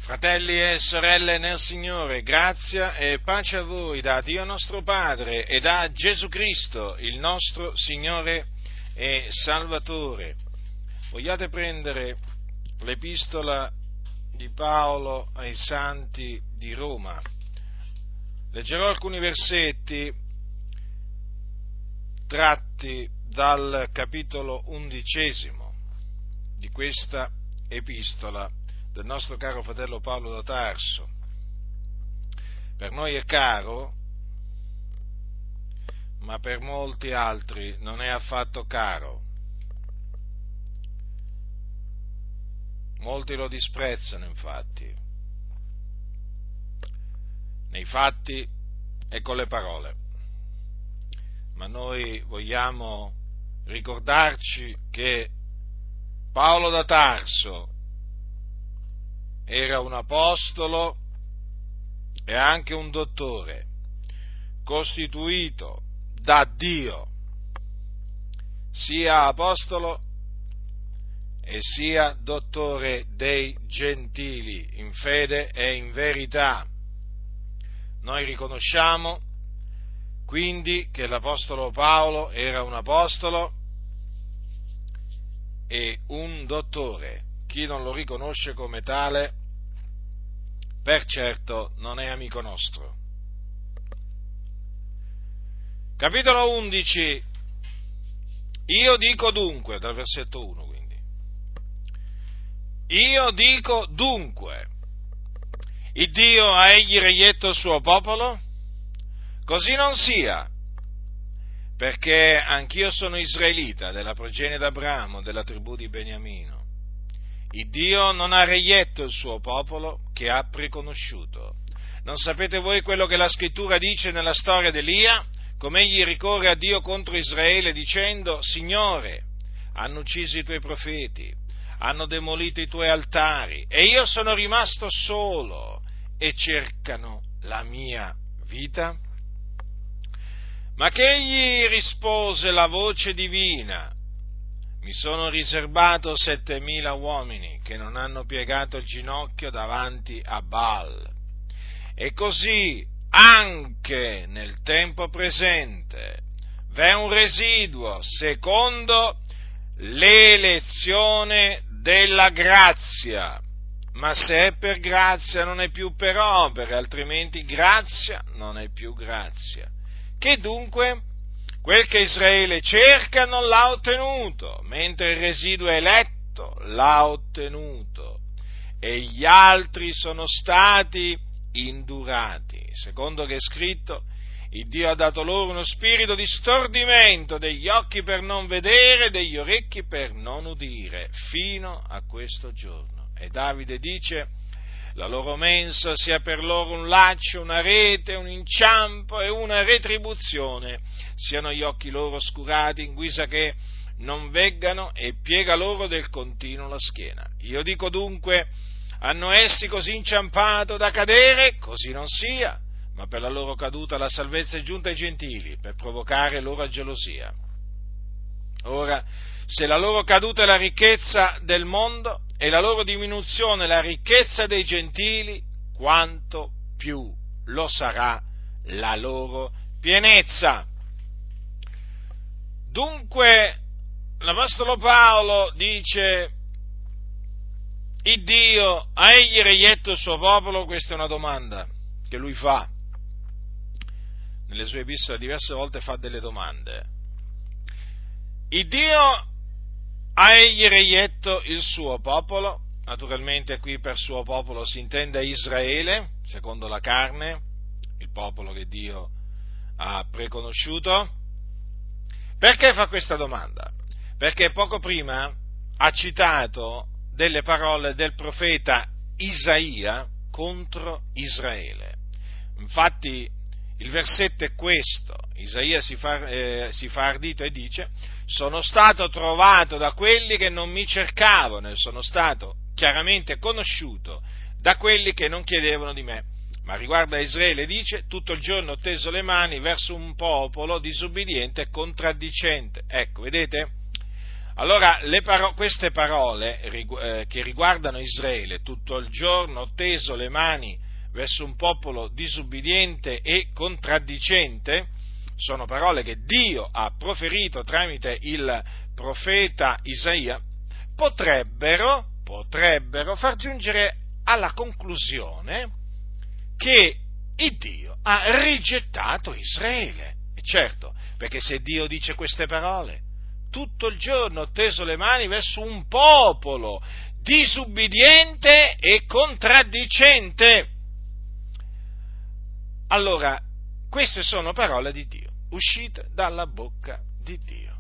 Fratelli e sorelle nel Signore, grazia e pace a voi da Dio nostro Padre e da Gesù Cristo, il nostro Signore e Salvatore. Vogliate prendere l'epistola di Paolo ai Santi di Roma. Leggerò alcuni versetti tratti dal capitolo 11 di questa epistola del nostro caro fratello Paolo da Tarso. Per noi è caro, ma per molti altri non è affatto caro. Molti lo disprezzano, infatti, nei fatti e con le parole. Ma noi vogliamo ricordarci che Paolo da Tarso era un apostolo e anche un dottore, costituito da Dio, sia apostolo e sia dottore dei gentili, in fede e in verità. Noi riconosciamo quindi che l'apostolo Paolo era un apostolo e un dottore. Chi non lo riconosce come tale, per certo non è amico nostro. Capitolo 11. Io dico dunque, dal versetto 1 quindi. Io dico dunque, il Dio ha egli reietto il suo popolo? Così non sia, perché anch'io sono israelita, della progenie d'Abramo, della tribù di Beniamino. Il Dio non ha reietto il suo popolo che ha preconosciuto. Non sapete voi quello che la Scrittura dice nella storia di Elia? Come egli ricorre a Dio contro Israele dicendo: Signore, hanno ucciso i tuoi profeti, hanno demolito i tuoi altari e io sono rimasto solo e cercano la mia vita? Ma che egli rispose la voce divina: mi sono riservato 7.000 uomini che non hanno piegato il ginocchio davanti a Baal. E così anche nel tempo presente v'è un residuo secondo l'elezione della grazia. Ma se è per grazia non è più per opere, altrimenti grazia non è più grazia. Che dunque? Quel che Israele cerca non l'ha ottenuto, mentre il residuo eletto l'ha ottenuto, e gli altri sono stati indurati. Secondo che è scritto, il Dio ha dato loro uno spirito di stordimento, degli occhi per non vedere, degli orecchi per non udire, fino a questo giorno. E Davide dice: la loro mensa sia per loro un laccio, una rete, un inciampo e una retribuzione, siano gli occhi loro oscurati in guisa che non veggano e piega loro del continuo la schiena. Io dico dunque, hanno essi così inciampato da cadere? Così non sia, ma per la loro caduta la salvezza è giunta ai gentili, per provocare loro a gelosia. Ora, se la loro caduta è la ricchezza del mondo e la loro diminuzione la ricchezza dei gentili, quanto più lo sarà la loro pienezza. Dunque, l'apostolo Paolo dice: il Dio ha egli reietto il suo popolo? Questa è una domanda che lui fa. Nelle sue epistole diverse volte fa delle domande. Il Dio ha egli reietto il suo popolo? Naturalmente qui per suo popolo si intende Israele, secondo la carne, il popolo che Dio ha preconosciuto. Perché fa questa domanda? Perché poco prima ha citato delle parole del profeta Isaia contro Israele. Infatti il versetto è questo: Isaia si fa ardito e dice: sono stato trovato da quelli che non mi cercavano e sono stato chiaramente conosciuto da quelli che non chiedevano di me. Ma riguardo a Israele dice: tutto il giorno ho teso le mani verso un popolo disubbidiente e contraddicente. Ecco, vedete? Allora, queste parole che riguardano Israele, tutto il giorno ho teso le mani verso un popolo disubbidiente e contraddicente, sono parole che Dio ha proferito tramite il profeta Isaia, potrebbero far giungere alla conclusione che il Dio ha rigettato Israele. E certo, perché se Dio dice queste parole, tutto il giorno ho teso le mani verso un popolo disubbidiente e contraddicente. Allora, queste sono parole di Dio, uscite dalla bocca di Dio.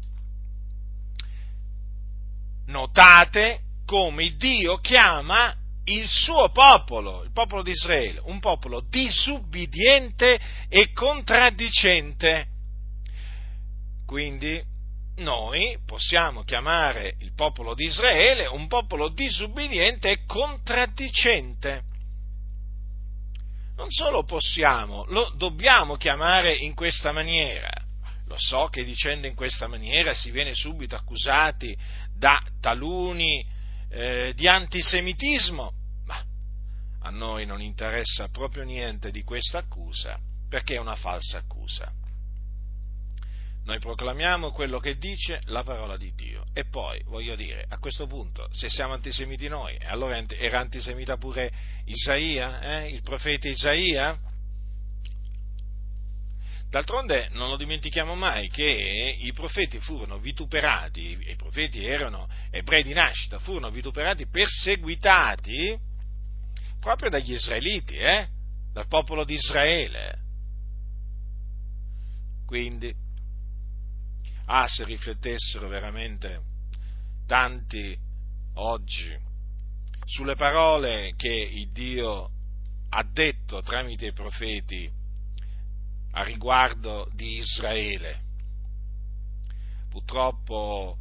Notate come Dio chiama il suo popolo, il popolo di Israele, un popolo disubbidiente e contraddicente. Quindi noi possiamo chiamare il popolo di Israele un popolo disubbidiente e contraddicente. Non solo possiamo, lo dobbiamo chiamare in questa maniera. Lo so che dicendo in questa maniera si viene subito accusati da taluni di antisemitismo, ma a noi non interessa proprio niente di questa accusa, perché è una falsa accusa. Noi proclamiamo quello che dice la parola di Dio. E poi, voglio dire, a questo punto, se siamo antisemiti noi, allora era antisemita pure Isaia, il profeta Isaia? D'altronde non lo dimentichiamo mai che i profeti furono vituperati, i profeti erano ebrei di nascita, furono vituperati, perseguitati proprio dagli israeliti, dal popolo di Israele. Quindi, se riflettessero veramente tanti oggi sulle parole che il Dio ha detto tramite i profeti a riguardo di Israele. Purtroppo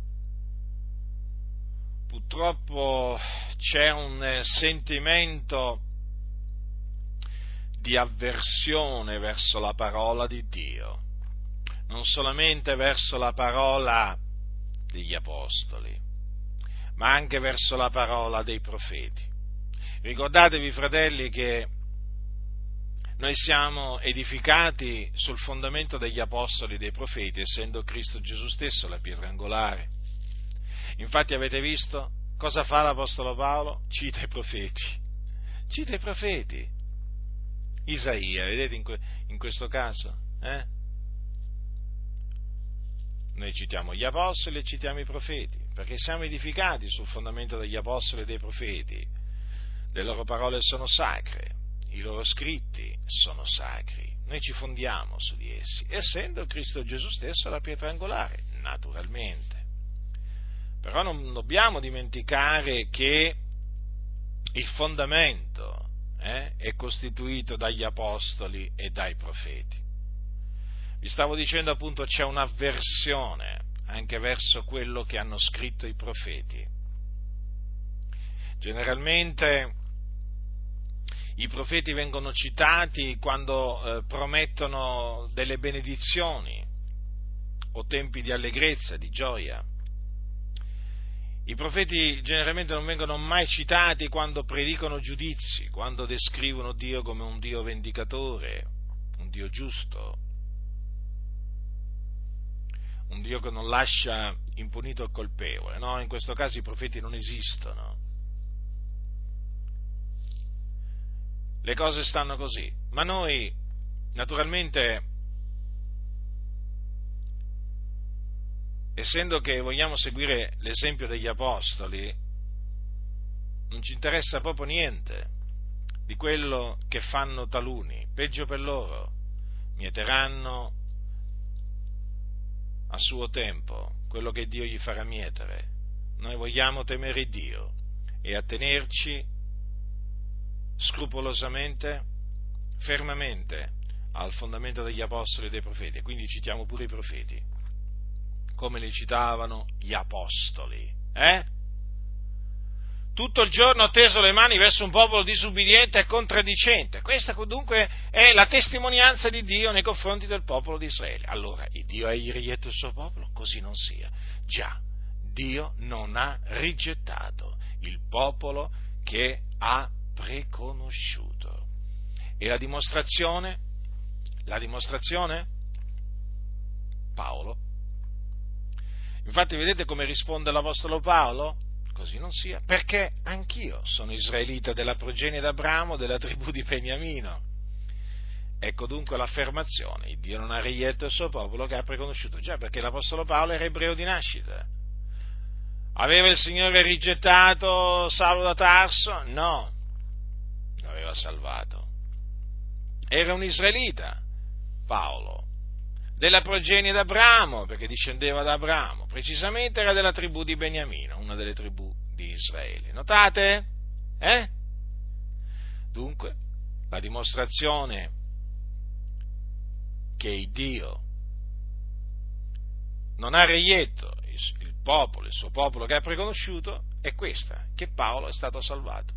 c'è un sentimento di avversione verso la parola di Dio, non solamente verso la parola degli apostoli, ma anche verso la parola dei profeti. Ricordatevi, fratelli, che noi siamo edificati sul fondamento degli apostoli e dei profeti, essendo Cristo Gesù stesso la pietra angolare. Infatti avete visto cosa fa l'apostolo Paolo? Cita i profeti. Isaia, vedete in questo caso? Noi citiamo gli apostoli e citiamo i profeti, perché siamo edificati sul fondamento degli apostoli e dei profeti. Le loro parole sono sacre, i loro scritti sono sacri, noi ci fondiamo su di essi, essendo Cristo Gesù stesso la pietra angolare, naturalmente. Però non dobbiamo dimenticare che il fondamento è costituito dagli apostoli e dai profeti. Vi stavo dicendo appunto c'è un'avversione anche verso quello che hanno scritto i profeti. Generalmente i profeti vengono citati quando promettono delle benedizioni o tempi di allegrezza, di gioia. I profeti generalmente non vengono mai citati quando predicano giudizi, quando descrivono Dio come un Dio vendicatore, un Dio giusto, un Dio che non lascia impunito il colpevole. No, in questo caso i profeti non esistono. Le cose stanno così, ma noi naturalmente, essendo che vogliamo seguire l'esempio degli apostoli, non ci interessa proprio niente di quello che fanno taluni, peggio per loro, mieteranno a suo tempo quello che Dio gli farà mietere. Noi vogliamo temere Dio e attenerci scrupolosamente, fermamente al fondamento degli apostoli e dei profeti, quindi citiamo pure i profeti come li citavano gli apostoli. Tutto il giorno ho teso le mani verso un popolo disubbidiente e contraddicente. Questa dunque è la testimonianza di Dio nei confronti del popolo di Israele. Allora, il Dio ha rigetto il suo popolo? Così non sia. Già, Dio non ha rigettato il popolo che ha preconosciuto. E la dimostrazione? La dimostrazione? Paolo. Infatti vedete come risponde l'Apostolo Paolo? Così non sia, perché anch'io sono israelita della progenie d'Abramo, della tribù di Beniamino. Ecco dunque l'affermazione: il Dio non ha reietto il suo popolo che ha preconosciuto. Già, perché l'Apostolo Paolo era ebreo di nascita. Aveva il Signore rigettato Saulo da Tarso? No, l'aveva salvato. Era un israelita, Paolo, della progenie d'Abramo, perché discendeva da Abramo, precisamente era della tribù di Beniamino, una delle tribù di Israele. Notate? Dunque, la dimostrazione che il Dio non ha reietto il popolo, il suo popolo che ha preconosciuto, è questa, che Paolo è stato salvato.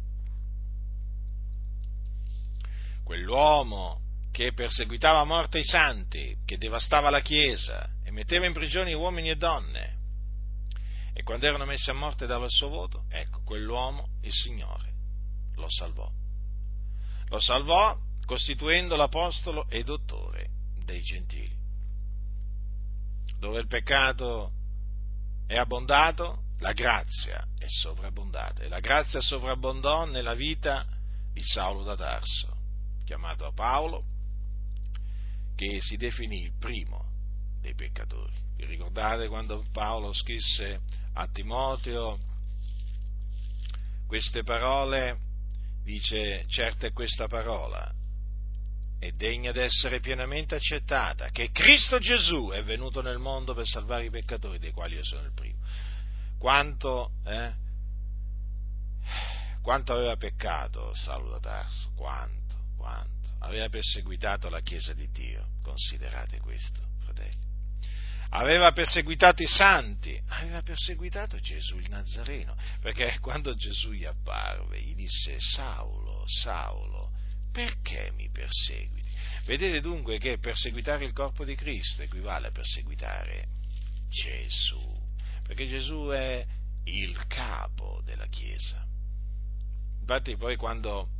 Quell'uomo che perseguitava a morte i santi, che devastava la Chiesa e metteva in prigione uomini e donne, e quando erano messi a morte dava il suo voto, ecco, quell'uomo il Signore lo salvò. Lo salvò costituendo l'apostolo e dottore dei gentili. Dove il peccato è abbondato, la grazia è sovrabbondata, e la grazia sovrabbondò nella vita di Saulo da Tarso, chiamato Paolo, che si definì il primo dei peccatori. Vi ricordate quando Paolo scrisse a Timoteo queste parole? Dice: certa è questa parola, è degna d'essere pienamente accettata, che Cristo Gesù è venuto nel mondo per salvare i peccatori, dei quali io sono il primo. Quanto aveva peccato Saulo da Tarso? Quanto aveva perseguitato la Chiesa di Dio, considerate questo, fratelli. Aveva perseguitato i santi, aveva perseguitato Gesù il Nazareno, perché quando Gesù gli apparve gli disse: Saulo, Saulo, perché mi perseguiti? Vedete dunque che perseguitare il corpo di Cristo equivale a perseguitare Gesù, perché Gesù è il capo della Chiesa. Infatti poi quando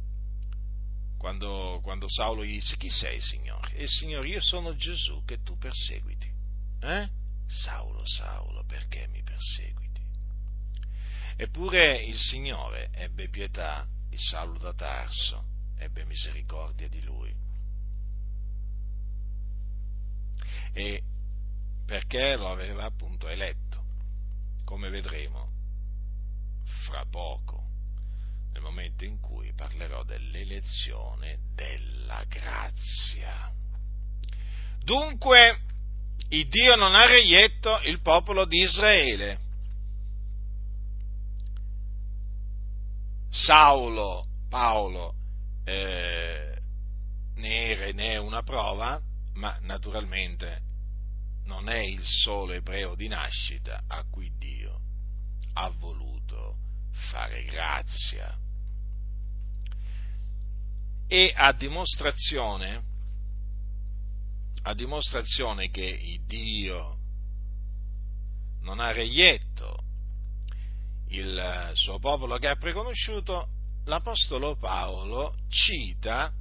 Saulo gli disse: chi sei, Signore? E il Signore: io sono Gesù che tu perseguiti. Saulo, Saulo, perché mi perseguiti? Eppure il Signore ebbe pietà di Saulo da Tarso, ebbe misericordia di lui. E perché lo aveva appunto eletto, come vedremo fra poco, nel momento in cui parlerò dell'elezione della grazia. Dunque, il Dio non ha reietto il popolo di Israele. Paolo ne è una prova, ma naturalmente non è il solo ebreo di nascita a cui Dio ha voluto fare grazia. E a dimostrazione che il Dio non ha reietto il suo popolo che ha preconosciuto, l'Apostolo Paolo cita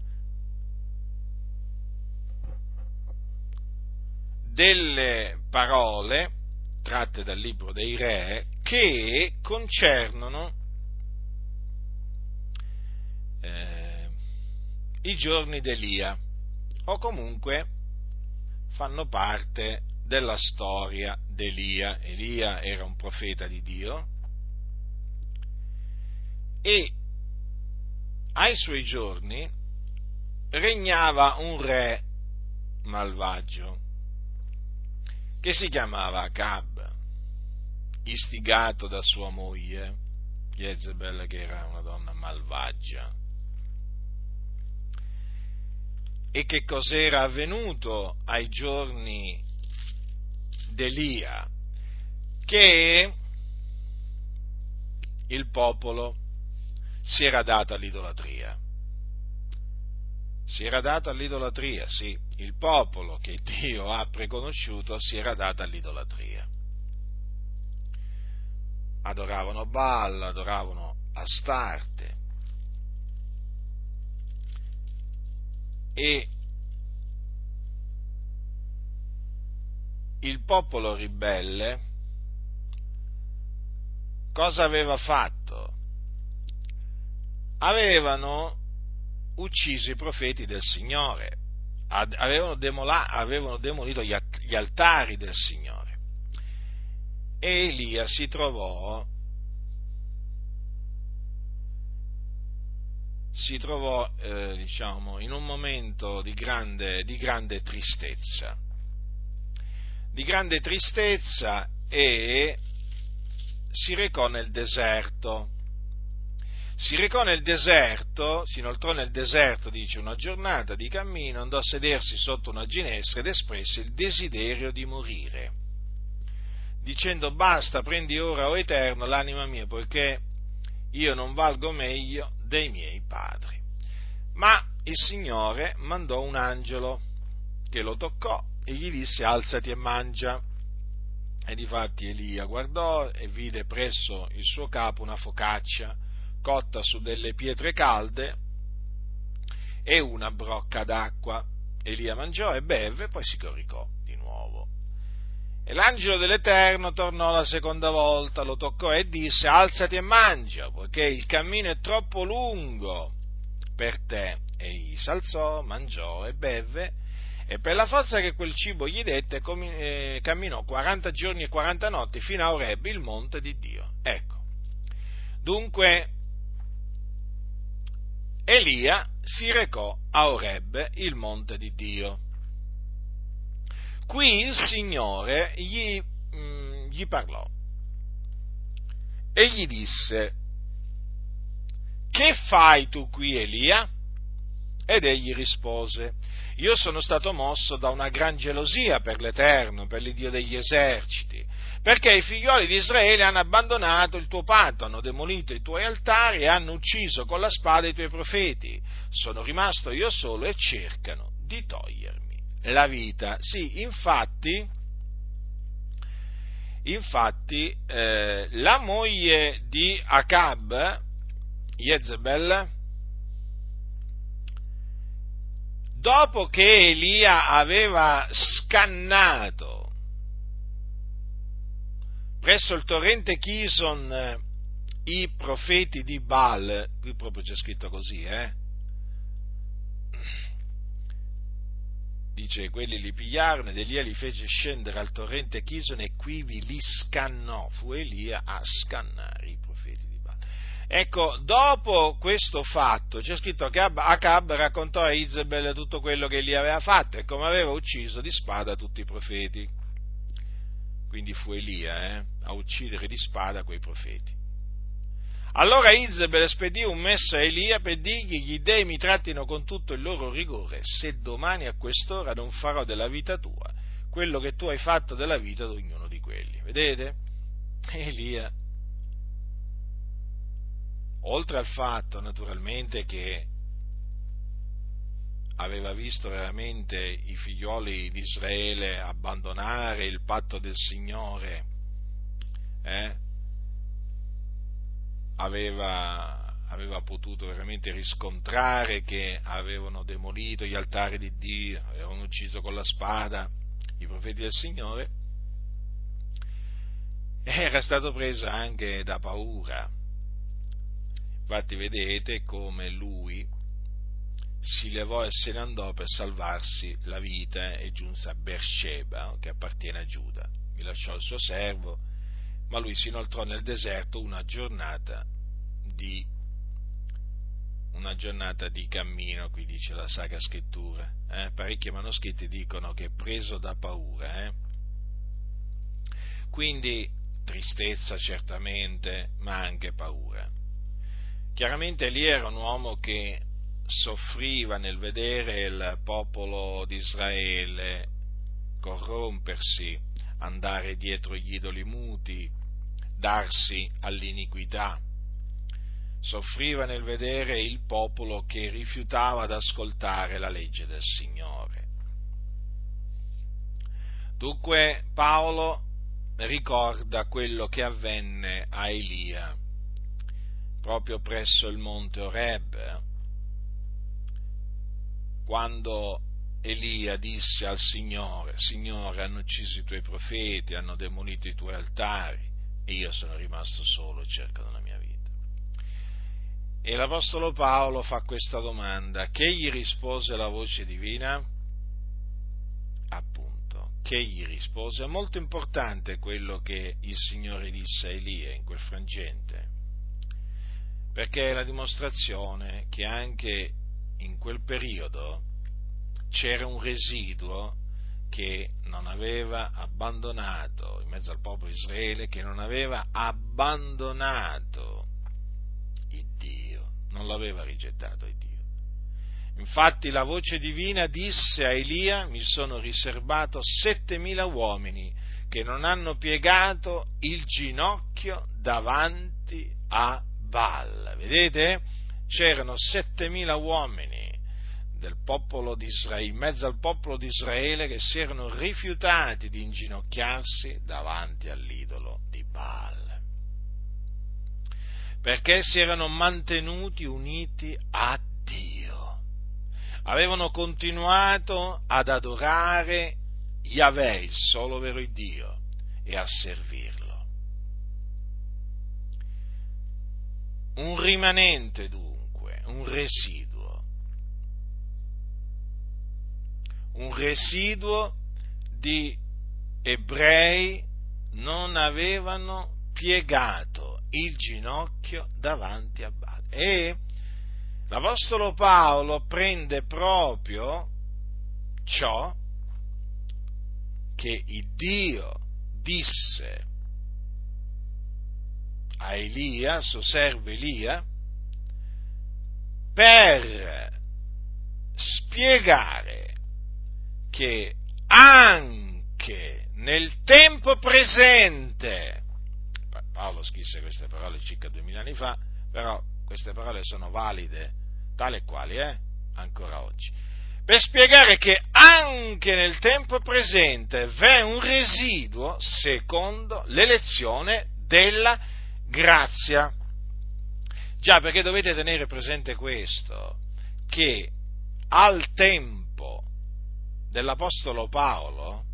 delle parole tratte dal libro dei Re che concernono i giorni d'Elia, o comunque fanno parte della storia d'Elia. Elia era un profeta di Dio e ai suoi giorni regnava un re malvagio che si chiamava Acab, istigato da sua moglie Jezebel, che era una donna malvagia. E che cos'era avvenuto ai giorni d'Elia? Che il popolo si era dato all'idolatria. Si era dato all'idolatria, sì, il popolo che Dio ha preconosciuto si era dato all'idolatria. adoravano Baal, adoravano Astarte, e il popolo ribelle cosa aveva fatto? Avevano ucciso i profeti del Signore, avevano demolito gli altari del Signore, e Elia si trovò in un momento di grande tristezza, e si recò nel deserto. Si inoltrò nel deserto, dice, una giornata di cammino, andò a sedersi sotto una ginestra ed espresse il desiderio di morire, dicendo: basta, prendi ora, o Eterno, l'anima mia, poiché io non valgo meglio dei miei padri. Ma il Signore mandò un angelo che lo toccò e gli disse: alzati e mangia. E difatti Elia guardò e vide presso il suo capo una focaccia cotta su delle pietre calde e una brocca d'acqua. Elia mangiò e bevve, poi si coricò di nuovo. E l'angelo dell'Eterno tornò la seconda volta, lo toccò e disse: alzati e mangia, poiché il cammino è troppo lungo per te. Egli s'alzò, mangiò e bevve, e per la forza che quel cibo gli dette camminò 40 giorni e 40 notti fino a Oreb, il monte di Dio. Ecco, dunque Elia si recò a Oreb, il monte di Dio. Qui il Signore gli parlò e gli disse: che fai tu qui, Elia? Ed egli rispose: io sono stato mosso da una gran gelosia per l'Eterno, per l'Iddio degli eserciti, perché i figlioli di Israele hanno abbandonato il tuo patto, hanno demolito i tuoi altari e hanno ucciso con la spada i tuoi profeti. Sono rimasto io solo e cercano di togliermi la vita. Sì, infatti, la moglie di Acab, Jezebel, dopo che Elia aveva scannato presso il torrente Chison i profeti di Baal, qui proprio c'è scritto così, dice, quelli li pigliarono ed Elia li fece scendere al torrente Chison e quivi li scannò. Fu Elia a scannare i profeti di Baal. Ecco, dopo questo fatto c'è scritto che Acab raccontò a Jezebel tutto quello che Elia aveva fatto e come aveva ucciso di spada tutti i profeti. Quindi fu Elia a uccidere di spada quei profeti. Allora Jezebel spedì un messo a Elia per dirgli: gli dei mi trattino con tutto il loro rigore, se domani a quest'ora non farò della vita tua quello che tu hai fatto della vita di ognuno di quelli. Vedete? Elia, oltre al fatto naturalmente che aveva visto veramente i figlioli di Israele abbandonare il patto del Signore, aveva potuto veramente riscontrare che avevano demolito gli altari di Dio, avevano ucciso con la spada i profeti del Signore, era stato preso anche da paura. Infatti vedete come lui si levò e se ne andò per salvarsi la vita e giunse a Beersheba, che appartiene a Giuda. Mi lasciò il suo servo, ma lui si inoltrò nel deserto una giornata di cammino, qui dice la Sacra Scrittura. Parecchi manoscritti dicono che preso da paura. Quindi tristezza certamente, ma anche paura. Chiaramente lì era un uomo che soffriva nel vedere il popolo di Israele corrompersi, andare dietro gli idoli muti, darsi all'iniquità. Soffriva nel vedere il popolo che rifiutava ad ascoltare la legge del Signore. Dunque Paolo ricorda quello che avvenne a Elia proprio presso il monte Oreb, quando Elia disse al Signore: Signore, hanno ucciso i tuoi profeti, hanno demolito i tuoi altari e io sono rimasto solo e cercano la mia vita. E l'Apostolo Paolo fa questa domanda: che gli rispose la voce divina? Appunto, che gli rispose? È molto importante quello che il Signore disse a Elia in quel frangente, perché è la dimostrazione che anche in quel periodo c'era un residuo che non aveva abbandonato, in mezzo al popolo di Israele, che non aveva abbandonato il Dio, non l'aveva rigettato il Dio. Infatti la voce divina disse a Elia: mi sono riservato 7.000 uomini che non hanno piegato il ginocchio davanti a Baal. Vedete? C'erano 7.000 uomini del popolo di Israele, in mezzo al popolo di Israele, che si erano rifiutati di inginocchiarsi davanti all'idolo di Baal, perché si erano mantenuti uniti a Dio, avevano continuato ad adorare Yahweh, il solo vero Dio, e a servirlo. Un rimanente dunque, un residuo di ebrei non avevano piegato il ginocchio davanti a Baal. E l'Apostolo Paolo prende proprio ciò che il Dio disse a Elia, suo servo Elia, per spiegare che anche nel tempo presente, Paolo scrisse queste parole circa 2000 anni fa, però queste parole sono valide tale e quali, ancora oggi, per spiegare che anche nel tempo presente v'è un residuo secondo l'elezione della grazia. Già, perché dovete tenere presente questo, che al tempo dell'Apostolo Paolo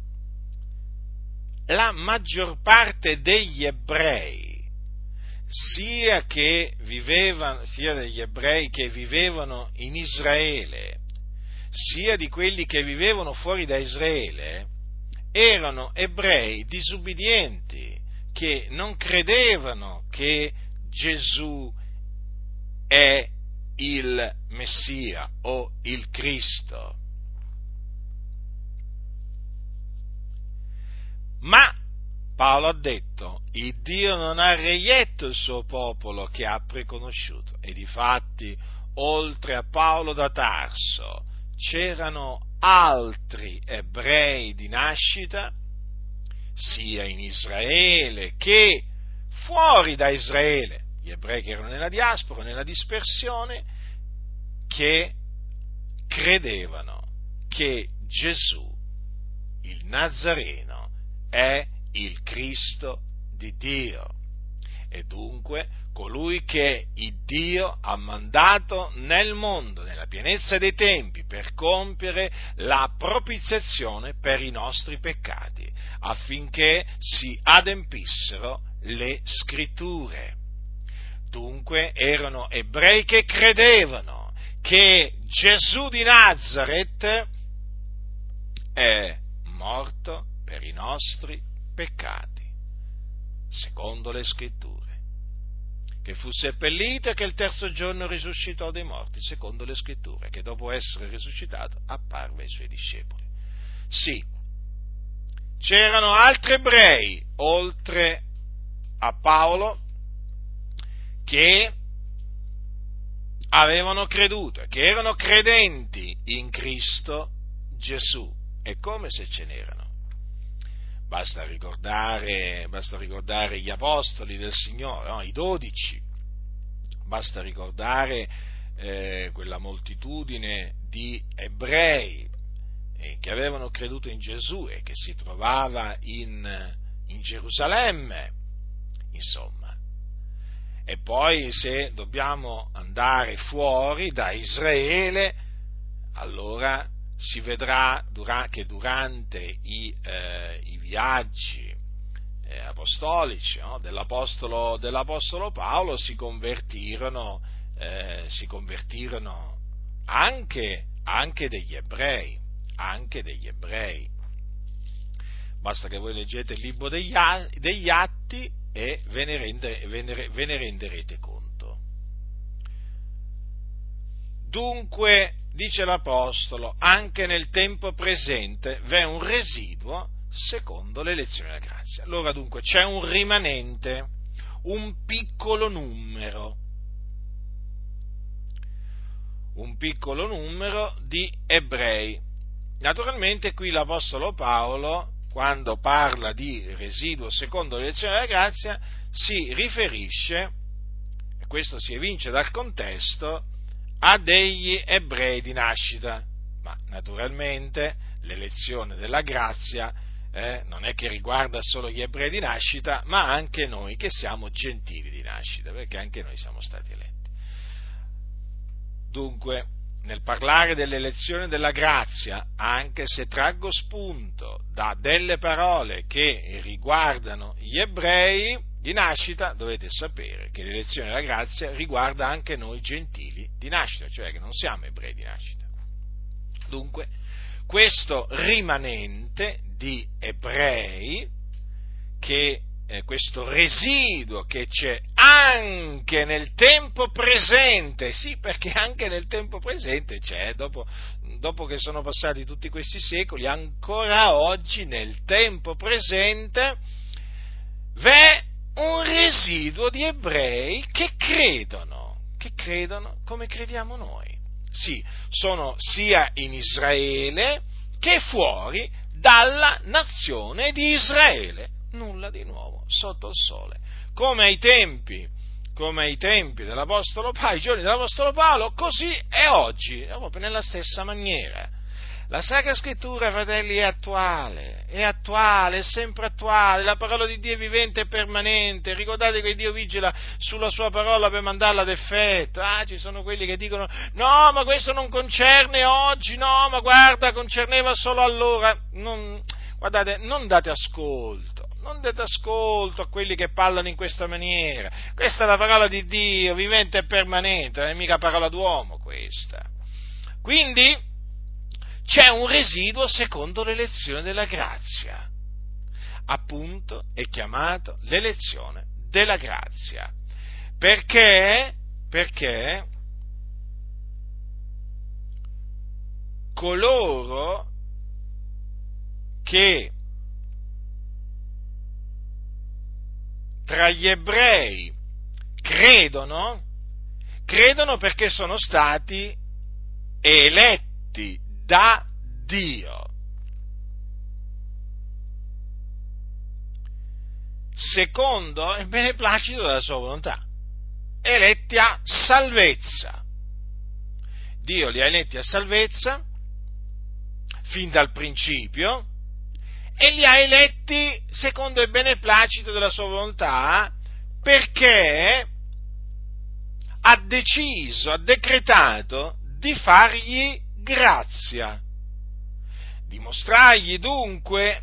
la maggior parte degli ebrei, sia degli ebrei che vivevano in Israele, sia di quelli che vivevano fuori da Israele, erano ebrei disubbidienti, che non credevano che Gesù è il Messia o il Cristo. Ma Paolo ha detto: il Dio non ha reietto il suo popolo che ha preconosciuto. E difatti, oltre a Paolo da Tarso, c'erano altri ebrei di nascita, sia in Israele che fuori da Israele, gli ebrei che erano nella diaspora, nella dispersione, che credevano che Gesù, il Nazareno, è il Cristo di Dio, e dunque colui che il Dio ha mandato nel mondo, nella pienezza dei tempi, per compiere la propiziazione per i nostri peccati, affinché si adempissero le Scritture. Dunque erano ebrei che credevano che Gesù di Nazaret è morto per i nostri peccati, secondo le Scritture, che fu seppellito e che il terzo giorno risuscitò dai morti, secondo le Scritture, che dopo essere risuscitato apparve ai suoi discepoli. Sì, c'erano altri ebrei, oltre a Paolo, che avevano creduto, che erano credenti in Cristo Gesù, e come se ce n'erano. Basta ricordare gli apostoli del Signore, no? I 12, basta ricordare quella moltitudine di ebrei che avevano creduto in Gesù e che si trovava in in Gerusalemme, insomma. E poi se dobbiamo andare fuori da Israele, allora si vedrà che durante i viaggi apostolici, no, dell'apostolo Paolo si convertirono anche degli ebrei. Basta che voi leggete il libro degli Atti e ve ne renderete conto. Dunque, dice l'Apostolo, anche nel tempo presente v'è un residuo secondo l'elezione della grazia. Allora dunque c'è un rimanente, un piccolo numero di ebrei. Naturalmente qui l'Apostolo Paolo, quando parla di residuo secondo l'elezione della grazia, si riferisce, e questo si evince dal contesto, a degli ebrei di nascita, ma naturalmente l'elezione della grazia non è che riguarda solo gli ebrei di nascita, ma anche noi che siamo gentili di nascita, perché anche noi siamo stati eletti. Dunque, nel parlare dell'elezione della grazia, anche se traggo spunto da delle parole che riguardano gli ebrei di nascita, dovete sapere che l'elezione della grazia riguarda anche noi gentili di nascita, cioè che non siamo ebrei di nascita. Dunque, questo rimanente di ebrei, questo residuo che c'è anche nel tempo presente, sì, perché anche nel tempo presente c'è, dopo che sono passati tutti questi secoli, ancora oggi nel tempo presente v'è un residuo di ebrei che credono come crediamo noi. Sì, sono sia in Israele che fuori dalla nazione di Israele. Nulla di nuovo sotto il sole. Come ai tempi dell'Apostolo Paolo, ai giorni dell'Apostolo Paolo, così è oggi, proprio nella stessa maniera. La Sacra Scrittura, fratelli, è attuale, è sempre attuale, la parola di Dio è vivente e permanente, ricordate che Dio vigila sulla sua parola per mandarla ad effetto. Ci sono quelli che dicono, no, ma questo non concerne oggi, no, ma guarda, concerneva solo allora. Guardate, non date ascolto a quelli che parlano in questa maniera. Questa è la parola di Dio, vivente e permanente, non è mica parola d'uomo questa. Quindi c'è un residuo secondo l'elezione della grazia, appunto è chiamato l'elezione della grazia, perché coloro che tra gli ebrei credono perché sono stati eletti da Dio, secondo il beneplacito della sua volontà, eletti a salvezza. Dio li ha eletti a salvezza fin dal principio e li ha eletti secondo il beneplacito della sua volontà, perché ha decretato di fargli grazia, dimostrargli dunque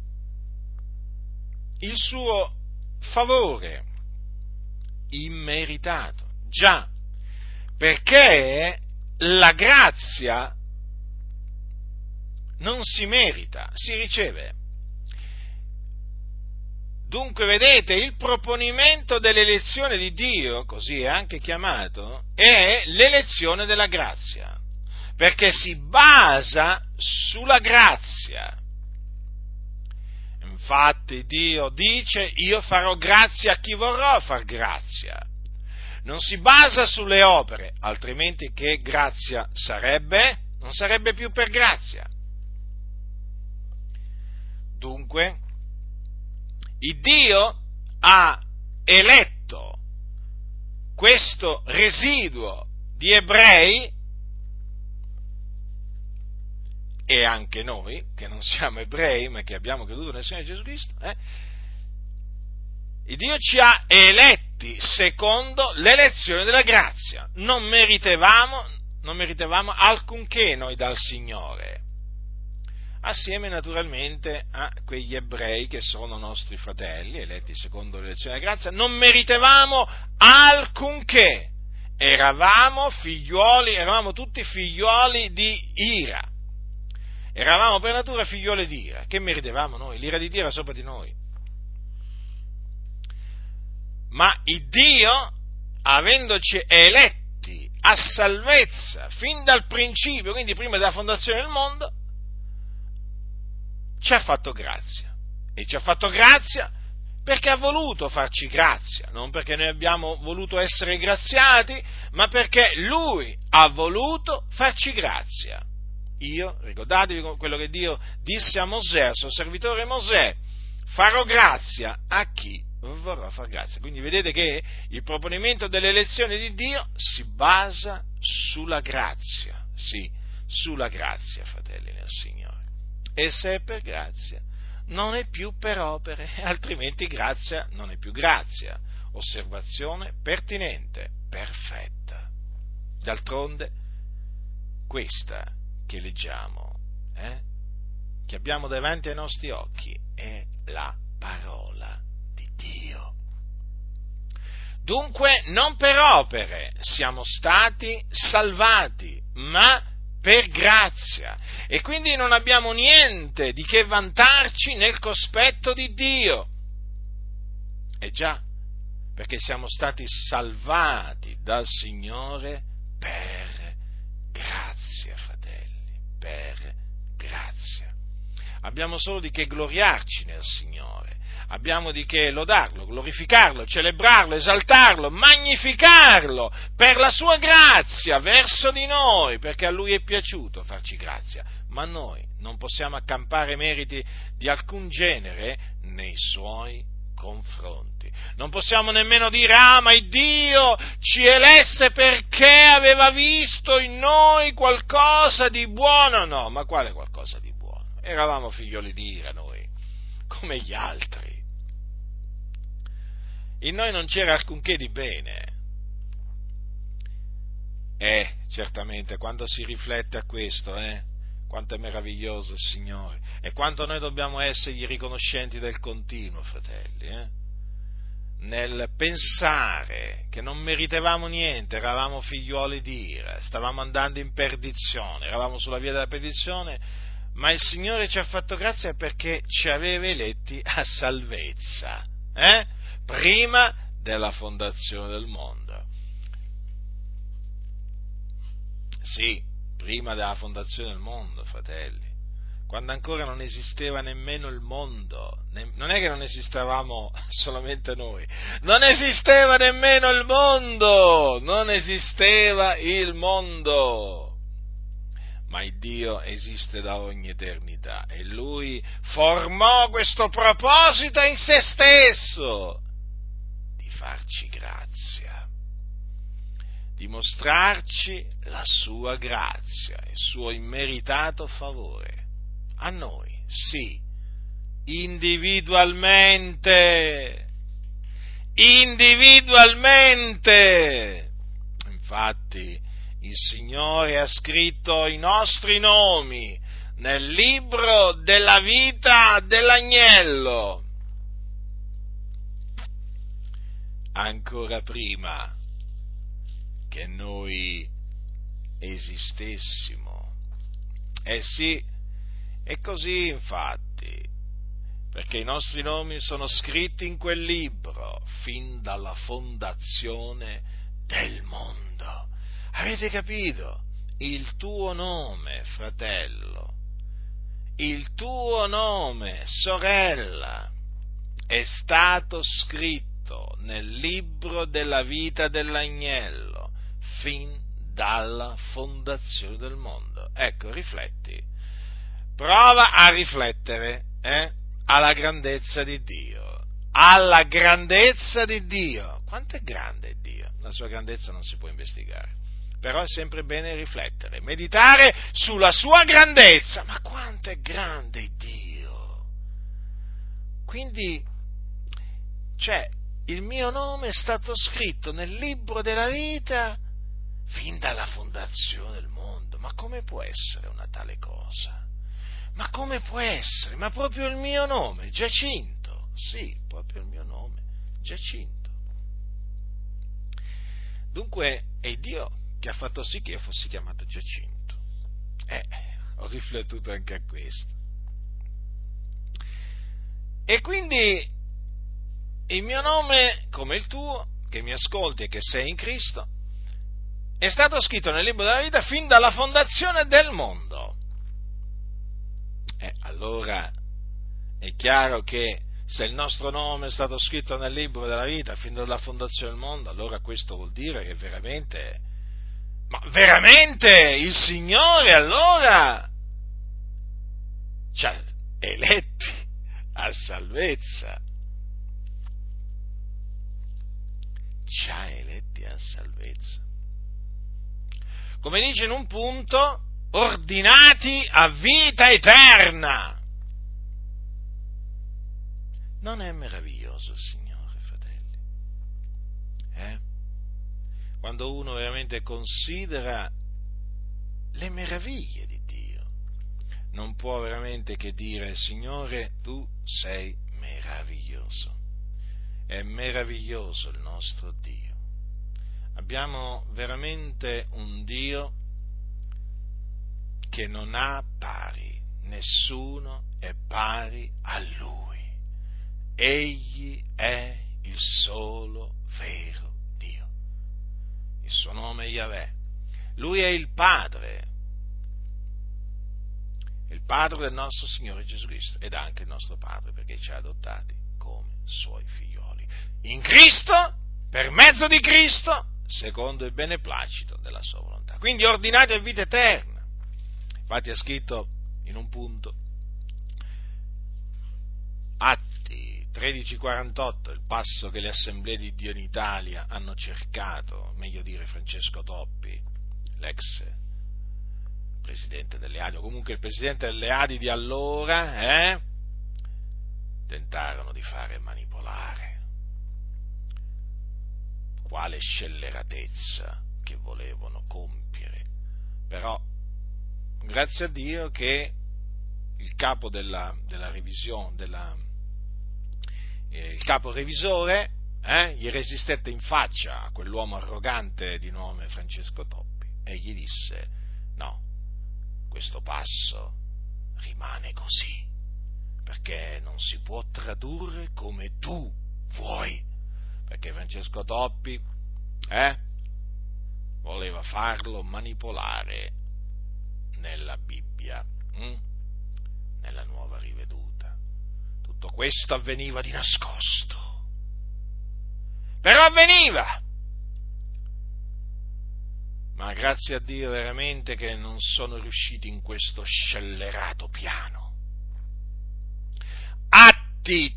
il suo favore immeritato. Già, perché la grazia non si merita, si riceve. Dunque, vedete, il proponimento dell'elezione di Dio, così è anche chiamato, è l'elezione della grazia, perché si basa sulla grazia. Infatti Dio dice, io farò grazia a chi vorrò far grazia. Non si basa sulle opere, altrimenti che grazia sarebbe? Non sarebbe più per grazia. Dunque, il Dio ha eletto questo residuo di ebrei, e anche noi, che non siamo ebrei, ma che abbiamo creduto nel Signore Gesù Cristo, Dio ci ha eletti secondo l'elezione della grazia. Non meritavamo alcunché noi dal Signore, assieme naturalmente a quegli ebrei che sono nostri fratelli, eletti secondo l'elezione della grazia. Non meritavamo alcunché, eravamo tutti figliuoli di ira, eravamo per natura figliuoli di ira. Che meritavamo noi? L'ira di Dio era sopra di noi. Ma il Dio, avendoci eletti a salvezza fin dal principio, quindi prima della fondazione del mondo, ci ha fatto grazia. E ci ha fatto grazia perché ha voluto farci grazia, non perché noi abbiamo voluto essere graziati, ma perché Lui ha voluto farci grazia. Ricordatevi quello che Dio disse a Mosè, al suo servitore Mosè: farò grazia a chi vorrà far grazia. Quindi vedete che il proponimento dell'elezione di Dio si basa sulla grazia, sì, sulla grazia, fratelli nel Signore. E se è per grazia, non è più per opere, altrimenti grazia non è più grazia. Osservazione pertinente, perfetta. D'altronde, questa che leggiamo, che abbiamo davanti ai nostri occhi, è la parola di Dio. Dunque, non per opere siamo stati salvati, ma per grazia, e quindi non abbiamo niente di che vantarci nel cospetto di Dio. E già, perché siamo stati salvati dal Signore per grazia, fratelli, per grazia. Abbiamo solo di che gloriarci nel Signore, abbiamo di che lodarlo, glorificarlo, celebrarlo, esaltarlo, magnificarlo per la sua grazia verso di noi, perché a Lui è piaciuto farci grazia, ma noi non possiamo accampare meriti di alcun genere nei Suoi confronti. Non possiamo nemmeno dire: ma il Dio ci elesse perché aveva visto in noi qualcosa di buono. No, ma quale qualcosa di buono? Eravamo figlioli di ira noi, come gli altri. In noi non c'era alcunché di bene. Certamente, quando si riflette a questo, quanto è meraviglioso il Signore, e quanto noi dobbiamo essergli riconoscenti del continuo, fratelli, nel pensare che non meritavamo niente, eravamo figliuoli di ira, stavamo andando in perdizione, eravamo sulla via della perdizione, ma il Signore ci ha fatto grazia perché ci aveva eletti a salvezza, prima della fondazione del mondo. Sì, prima della fondazione del mondo, fratelli, quando ancora non esisteva nemmeno il mondo. Non è che non esistevamo solamente noi, non esisteva nemmeno il mondo, non esisteva il mondo. Ma il Dio esiste da ogni eternità e Lui formò questo proposito in se stesso, di farci grazia, di mostrarci la sua grazia, il suo immeritato favore a noi, sì, individualmente. Infatti il Signore ha scritto i nostri nomi nel libro della vita dell'agnello, ancora prima che noi esistessimo. Sì, è così infatti, perché i nostri nomi sono scritti in quel libro fin dalla fondazione del mondo. Avete capito? Il tuo nome, fratello, il tuo nome, sorella, è stato scritto nel libro della vita dell'agnello fin dalla fondazione del mondo. Ecco, rifletti, prova a riflettere alla grandezza di Dio, alla grandezza di Dio. Quanto è grande Dio? La sua grandezza non si può investigare. Però è sempre bene riflettere, meditare sulla sua grandezza. Ma quanto è grande Dio! Quindi Cioè, il mio nome è stato scritto nel libro della vita fin dalla fondazione del mondo. Ma come può essere una tale cosa? Ma come può essere? Ma proprio il mio nome, Giacinto. Sì, proprio il mio nome, Giacinto. Dunque è Dio che ha fatto sì che io fossi chiamato Giacinto. Ho riflettuto anche a questo. E quindi il mio nome, come il tuo, che mi ascolti e che sei in Cristo, è stato scritto nel libro della vita fin dalla fondazione del mondo. Allora è chiaro che se il nostro nome è stato scritto nel libro della vita fin dalla fondazione del mondo, allora questo vuol dire che veramente, ma veramente il Signore allora ci ha eletti a salvezza. Ci ha eletti a salvezza. Come dice in un punto, ordinati a vita eterna. Non è meraviglioso il Signore, fratelli? Quando uno veramente considera le meraviglie di Dio, non può veramente che dire: Signore, tu sei meraviglioso. È meraviglioso il nostro Dio. Abbiamo veramente un Dio che non ha pari, nessuno è pari a Lui. Egli è il solo vero Dio. Il suo nome è Yahweh. Lui è il Padre del nostro Signore Gesù Cristo, ed anche il nostro Padre, perché ci ha adottati come suoi figlioli. In Cristo, per mezzo di Cristo, secondo il beneplacito della sua volontà. Quindi ordinati a vita eterna. Infatti è scritto in un punto, Atti 13:48, il passo che le assemblee di Dio in Italia hanno cercato, meglio dire Francesco Toppi, l'ex presidente delle Adi, o comunque il presidente delle Adi di allora, tentarono di fare manipolare. Quale scelleratezza che volevano compiere. Però, grazie a Dio che il capo della revisione, il capo revisore, gli resistette in faccia a quell'uomo arrogante di nome Francesco Toppi e gli disse: no, questo passo rimane così, perché non si può tradurre come tu vuoi, perché Francesco Toppi voleva farlo manipolare nella Bibbia, nella nuova riveduta. Tutto questo avveniva di nascosto, però avveniva. Ma grazie a Dio veramente che non sono riusciti in questo scellerato piano. Atti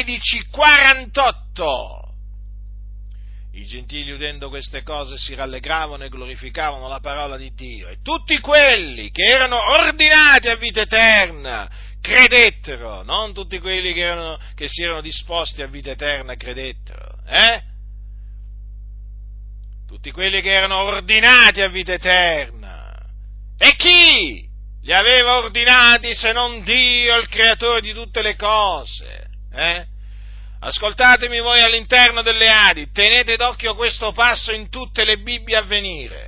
13:48. I gentili, udendo queste cose, si rallegravano e glorificavano la parola di Dio, e tutti quelli che erano ordinati a vita eterna credettero. Non tutti quelli che si erano disposti a vita eterna credettero, Tutti quelli che erano ordinati a vita eterna. E chi li aveva ordinati se non Dio, il creatore di tutte le cose? Ascoltatemi voi all'interno delle Adi, tenete d'occhio questo passo in tutte le Bibbie a venire.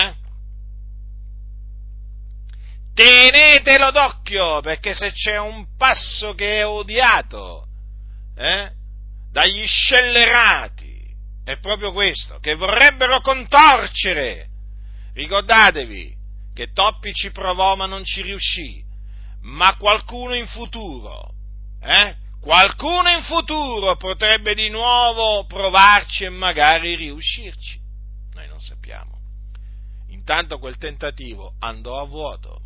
Tenetelo d'occhio, perché se c'è un passo che è odiato dagli scellerati, è proprio questo, che vorrebbero contorcere. Ricordatevi che Toppi ci provò ma non ci riuscì, ma qualcuno in futuro potrebbe di nuovo provarci e magari riuscirci. Noi non sappiamo. Intanto quel tentativo andò a vuoto.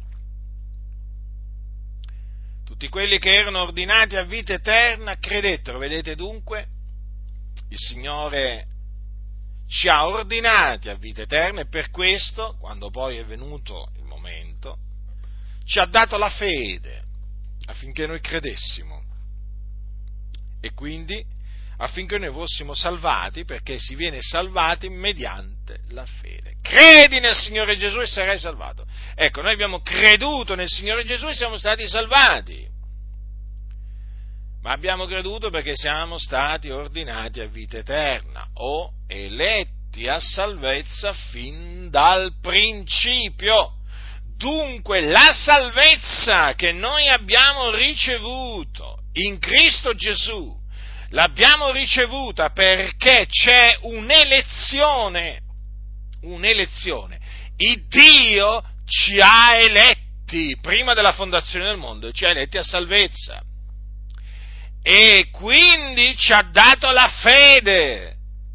Tutti quelli che erano ordinati a vita eterna credettero. Vedete dunque, il Signore ci ha ordinati a vita eterna, e per questo, quando poi è venuto il momento, ci ha dato la fede affinché noi credessimo. E quindi affinché noi fossimo salvati, perché si viene salvati mediante la fede. Credi nel Signore Gesù e sarai salvato. Ecco, noi abbiamo creduto nel Signore Gesù e siamo stati salvati. Ma abbiamo creduto perché siamo stati ordinati a vita eterna o eletti a salvezza fin dal principio. Dunque la salvezza che noi abbiamo ricevuto in Cristo Gesù l'abbiamo ricevuta perché c'è un'elezione. Il Dio ci ha eletti prima della fondazione del mondo, ci ha eletti a salvezza. E quindi ci ha dato la fede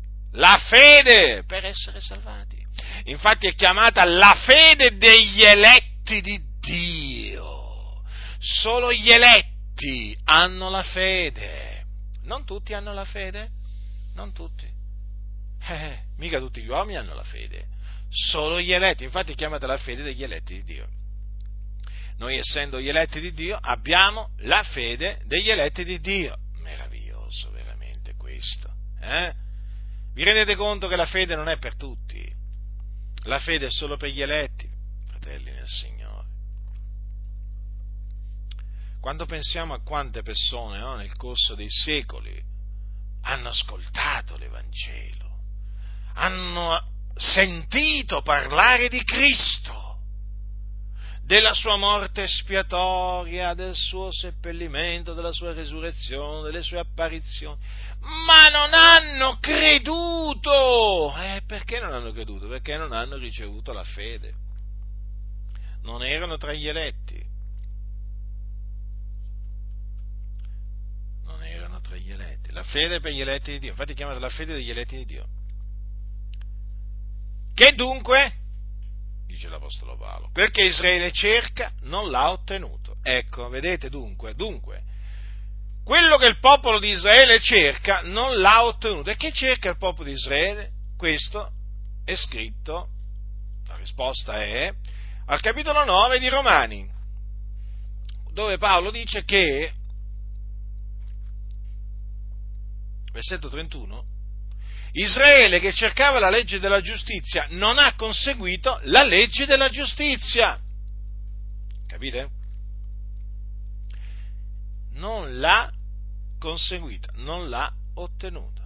per essere salvati. Infatti è chiamata la fede degli eletti di Dio. Solo gli eletti hanno la fede. Non tutti hanno la fede? Non tutti. Mica tutti gli uomini hanno la fede. Solo gli eletti. Infatti è chiamata la fede degli eletti di Dio. Noi, essendo gli eletti di Dio, abbiamo la fede degli eletti di Dio. Meraviglioso veramente questo. Vi rendete conto che la fede non è per tutti? La fede è solo per gli eletti, fratelli nel Signore. Quando pensiamo a quante persone, no, nel corso dei secoli hanno ascoltato l'Evangelo, hanno sentito parlare di Cristo, della sua morte espiatoria, del suo seppellimento, della sua resurrezione, delle sue apparizioni, ma non hanno creduto. Perché non hanno creduto? Perché non hanno ricevuto la fede. Non erano tra gli eletti. Non erano tra gli eletti. La fede per gli eletti di Dio. Infatti è chiamata la fede degli eletti di Dio. Che dunque, dice l'Apostolo Paolo, perché Israele cerca non l'ha ottenuto. Ecco, vedete dunque, quello che il popolo di Israele cerca non l'ha ottenuto. E che cerca il popolo di Israele? Questo è scritto, la risposta è al capitolo 9 di Romani, dove Paolo dice che, versetto 31, Israele che cercava la legge della giustizia non ha conseguito la legge della giustizia. Capite? Non l'ha conseguita, non l'ha ottenuta.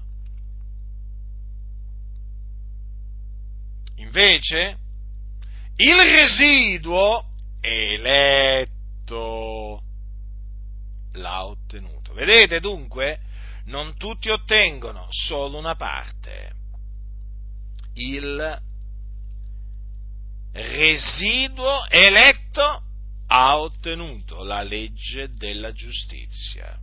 Invece, il residuo eletto l'ha ottenuto. Vedete dunque? Non tutti ottengono, solo una parte. Il residuo eletto ha ottenuto la legge della giustizia.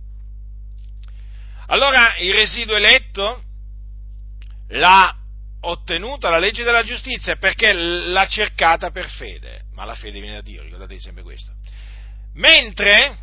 Allora il residuo eletto l'ha ottenuta la legge della giustizia perché l'ha cercata per fede, ma la fede viene da Dio, ricordatevi sempre questo. Mentre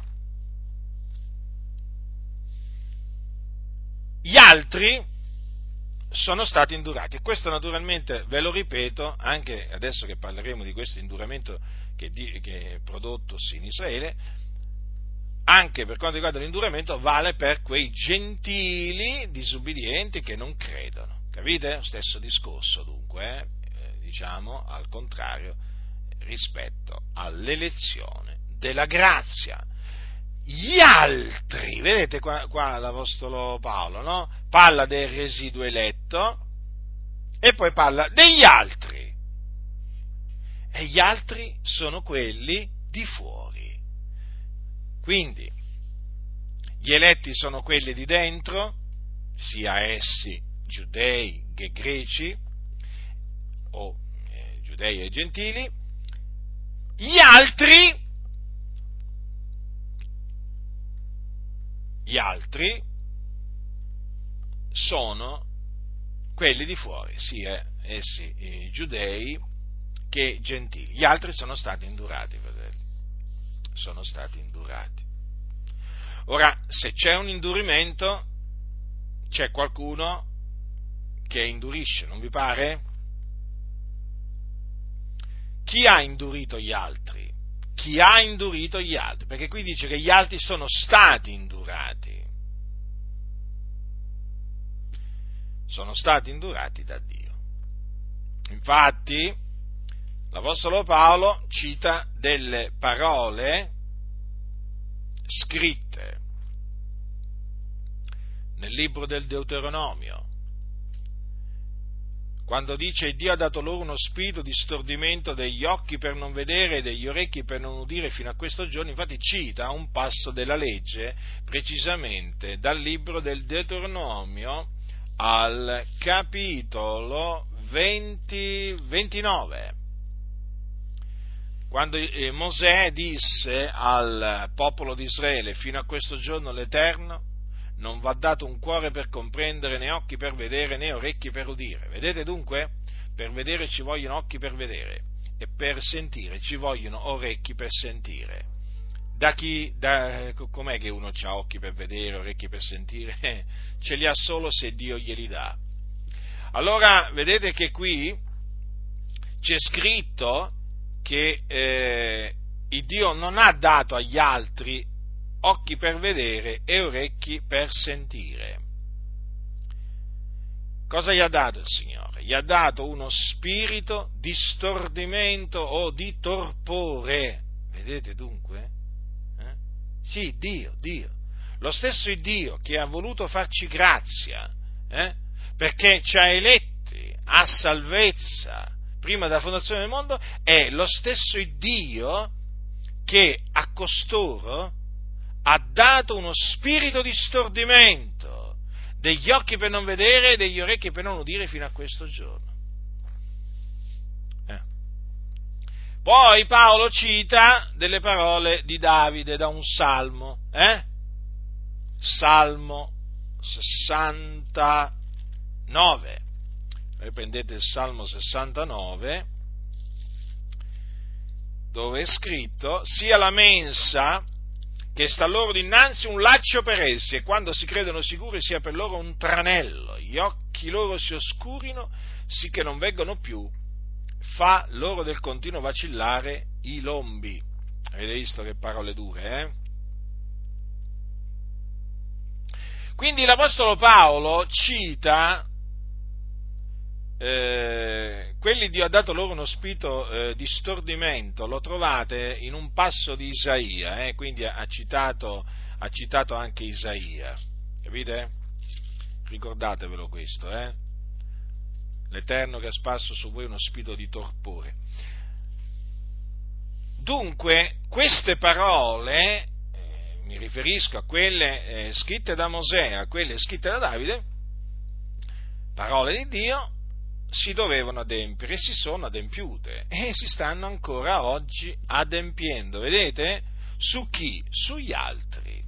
gli altri sono stati indurati, e questo naturalmente ve lo ripeto anche adesso che parleremo di questo induramento che è prodottosi in Israele. Anche per quanto riguarda l'induramento vale per quei gentili disubbidienti che non credono, capite? Stesso discorso dunque, diciamo al contrario rispetto all'elezione della grazia. Gli altri, vedete qua l'Apostolo Paolo, no? Parla del residuo eletto e poi parla degli altri, e gli altri sono quelli di fuori. Quindi gli eletti sono quelli di dentro, sia essi giudei che greci, o giudei e gentili. Gli altri sono quelli di fuori, sia essi giudei che gentili. Gli altri sono stati indurati, fratelli, sono stati indurati. Ora, se c'è un indurimento, c'è qualcuno che indurisce, non vi pare? Chi ha indurito gli altri? Chi ha indurito gli altri? Perché qui dice che gli altri sono stati indurati. sono stati indurati da Dio. Infatti, l'Apostolo Paolo cita delle parole scritte nel libro del Deuteronomio, quando dice: Dio ha dato loro uno spirito di stordimento degli occhi per non vedere e degli orecchi per non udire fino a questo giorno. Infatti cita un passo della legge, precisamente dal libro del Deuteronomio al capitolo 29, quando Mosè disse al popolo di Israele: fino a questo giorno l'Eterno non va dato un cuore per comprendere, né occhi per vedere, né orecchi per udire. Vedete dunque? Per vedere ci vogliono occhi per vedere, e per sentire ci vogliono orecchi per sentire. Com'è che uno ha occhi per vedere, orecchi per sentire? Ce li ha solo se Dio glieli dà. Allora, vedete che qui c'è scritto che il Dio non ha dato agli altri occhi per vedere e orecchi per sentire. Cosa gli ha dato il Signore? Gli ha dato uno spirito di stordimento o di torpore. Vedete dunque? Sì, Dio. Lo stesso Dio che ha voluto farci grazia, perché ci ha eletti a salvezza prima della fondazione del mondo, è lo stesso Dio che a costoro ha dato uno spirito di stordimento, degli occhi per non vedere e degli orecchi per non udire fino a questo giorno. Poi Paolo cita delle parole di Davide da un salmo, Salmo 69. Prendete il Salmo 69, dove è scritto: sia la mensa che sta loro dinanzi un laccio per essi, e quando si credono sicuri sia per loro un tranello, gli occhi loro si oscurino, sì che non veggono più, fa loro del continuo vacillare i lombi. Avete visto che parole dure, Quindi l'Apostolo Paolo cita quelli Dio ha dato loro uno spirito di stordimento, lo trovate in un passo di Isaia, quindi ha citato anche Isaia, capite? Ricordatevelo questo, l'Eterno che ha sparso su voi uno spirito di torpore. Dunque, queste parole, mi riferisco a quelle scritte da Mosè, a quelle scritte da Davide, parole di Dio, si dovevano adempiere e si sono adempiute e si stanno ancora oggi adempiendo, vedete? Su chi? Sugli altri,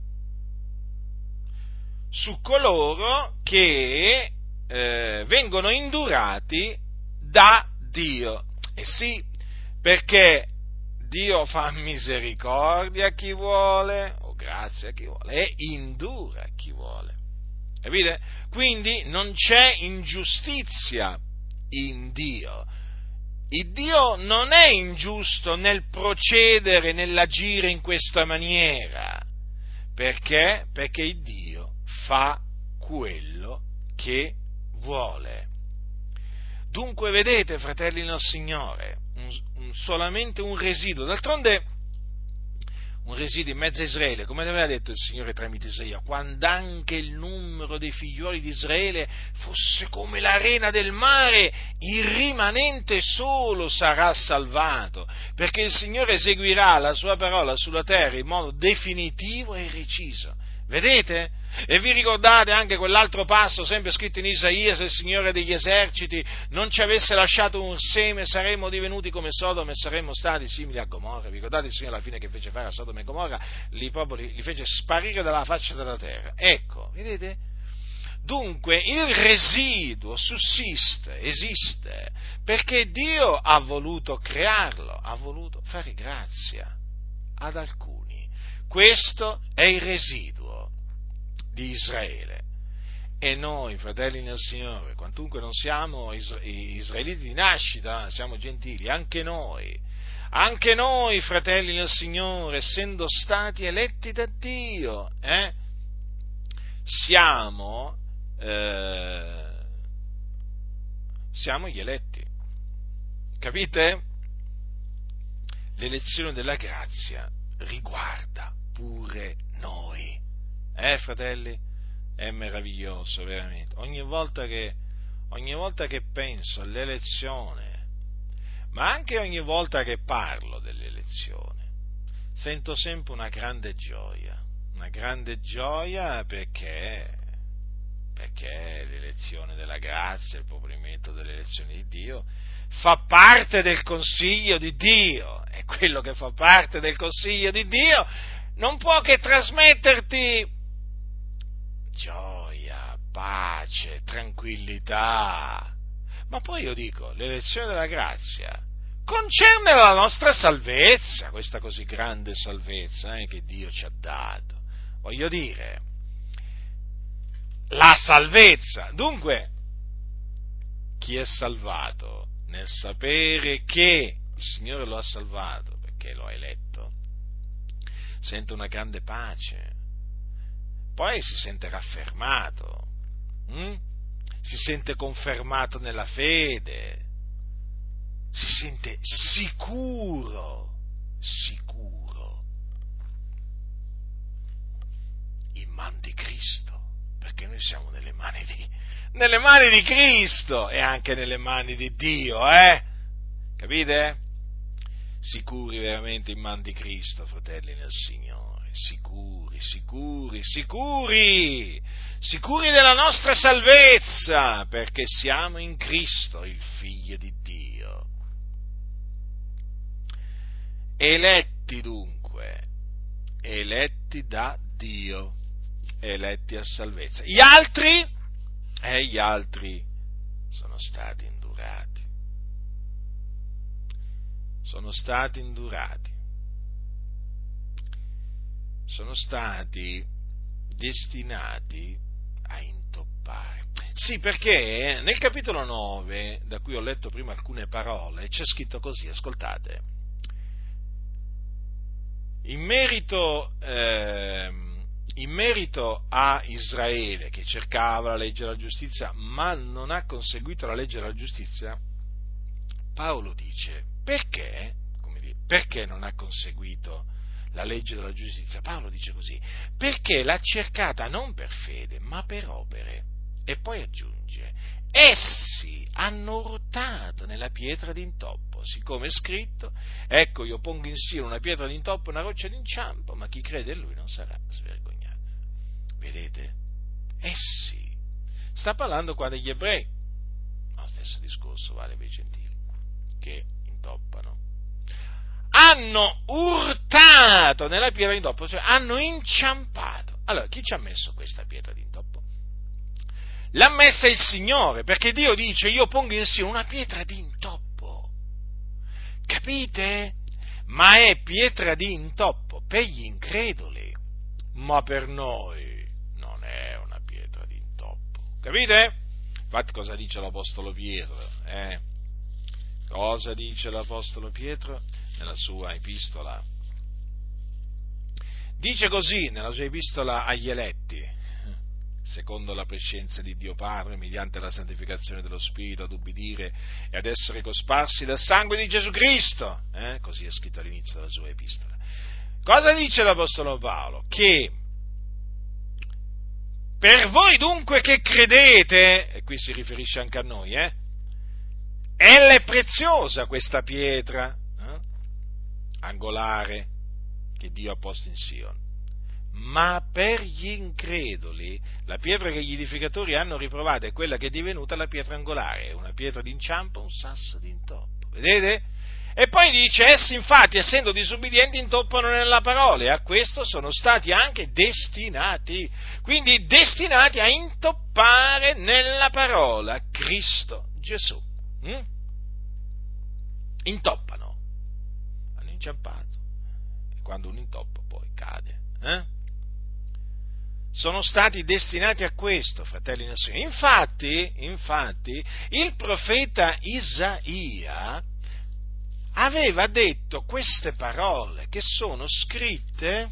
su coloro che vengono indurati da Dio. E sì, perché Dio fa misericordia a chi vuole, o grazia a chi vuole, e indura a chi vuole. Capite? Quindi non c'è ingiustizia in Dio. Il Dio non è ingiusto nel procedere, nell'agire in questa maniera. Perché? Perché il Dio fa quello che vuole. Dunque, vedete, fratelli nel Signore, solamente un residuo. D'altronde, un residuo in mezzo a Israele, come aveva detto il Signore tramite Isaia, quando anche il numero dei figlioli di Israele fosse come l'arena del mare, il rimanente solo sarà salvato, perché il Signore eseguirà la sua parola sulla terra in modo definitivo e reciso. Vedete? E vi ricordate anche quell'altro passo, sempre scritto in Isaia: se il Signore degli eserciti non ci avesse lasciato un seme, saremmo divenuti come Sodoma e saremmo stati simili a Gomorra. Vi ricordate il Signore alla fine che fece fare a Sodoma e Gomorra? Li fece sparire dalla faccia della terra. Ecco, vedete? Dunque il residuo sussiste, esiste, perché Dio ha voluto crearlo, ha voluto fare grazia ad alcuni. Questo è il residuo di Israele. E noi, fratelli nel Signore, quantunque non siamo israeliti di nascita, siamo gentili, anche noi, fratelli nel Signore, essendo stati eletti da Dio, siamo siamo gli eletti. Capite? L'elezione della grazia riguarda pure noi. Fratelli? È meraviglioso, veramente. Ogni volta che penso all'elezione, ma anche ogni volta che parlo dell'elezione, sento sempre una grande gioia perché l'elezione della grazia, il proponimento dell'elezione di Dio, fa parte del consiglio di Dio, e quello che fa parte del consiglio di Dio non può che trasmetterti gioia, pace, tranquillità. Ma poi io dico, l'elezione della grazia concerne la nostra salvezza, questa così grande salvezza che Dio ci ha dato. Voglio dire, la salvezza. Dunque, chi è salvato nel sapere che il Signore lo ha salvato, perché lo ha eletto, sente una grande pace, poi si sente raffermato, si sente confermato nella fede, si sente sicuro in man di Cristo, perché noi siamo nelle mani di Cristo e anche nelle mani di Dio, capite? Sicuri veramente in man di Cristo, fratelli nel Signore, sicuri della nostra salvezza, perché siamo in Cristo, il Figlio di Dio. Eletti dunque, eletti da Dio, eletti a salvezza. Gli altri sono stati indurati, sono stati destinati a intoppare. Sì, perché nel capitolo 9, da cui ho letto prima alcune parole, c'è scritto così, ascoltate: in merito a Israele, che cercava la legge della giustizia, ma non ha conseguito la legge della giustizia, Paolo dice, perché non ha conseguito la legge della giustizia? Paolo dice così: perché l'ha cercata non per fede, ma per opere. E poi aggiunge: essi hanno urtato nella pietra d'intoppo, siccome è scritto: ecco, io pongo in Sion una pietra d'intoppo e una roccia d'inciampo, ma chi crede in lui non sarà svergognato. Vedete? Essi. Sta parlando qua degli ebrei. Ma lo stesso discorso vale per i gentili, che intoppano. Hanno urtato nella pietra d'intoppo, cioè hanno inciampato. Allora, chi ci ha messo questa pietra d'intoppo? L'ha messa il Signore, perché Dio dice: io pongo in Sion una pietra d'intoppo. Capite? Ma è pietra d'intoppo per gli increduli, ma per noi non è una pietra d'intoppo. Capite? Infatti cosa dice l'Apostolo Pietro? Cosa dice l'Apostolo Pietro nella sua epistola? Dice così nella sua epistola agli eletti: secondo la prescienza di Dio Padre, mediante la santificazione dello Spirito, ad ubbidire e ad essere cosparsi dal sangue di Gesù Cristo. Così è scritto all'inizio della sua epistola. Cosa dice l'Apostolo Paolo? Che per voi dunque che credete, e qui si riferisce anche a noi, è preziosa questa pietra angolare che Dio ha posto in Sion. Ma per gli increduli la pietra che gli edificatori hanno riprovata è quella che è divenuta la pietra angolare, una pietra d'inciampo, un sasso d'intoppo. Vedete? E poi dice: essi infatti, essendo disubbidienti, intoppano nella parola, e a questo sono stati anche destinati. Quindi destinati a intoppare nella parola Cristo Gesù. Intoppano, hanno inciampato, e quando un intoppo poi cade. Sono stati destinati a questo, fratelli nel Signore. Infatti, il profeta Isaia aveva detto queste parole che sono scritte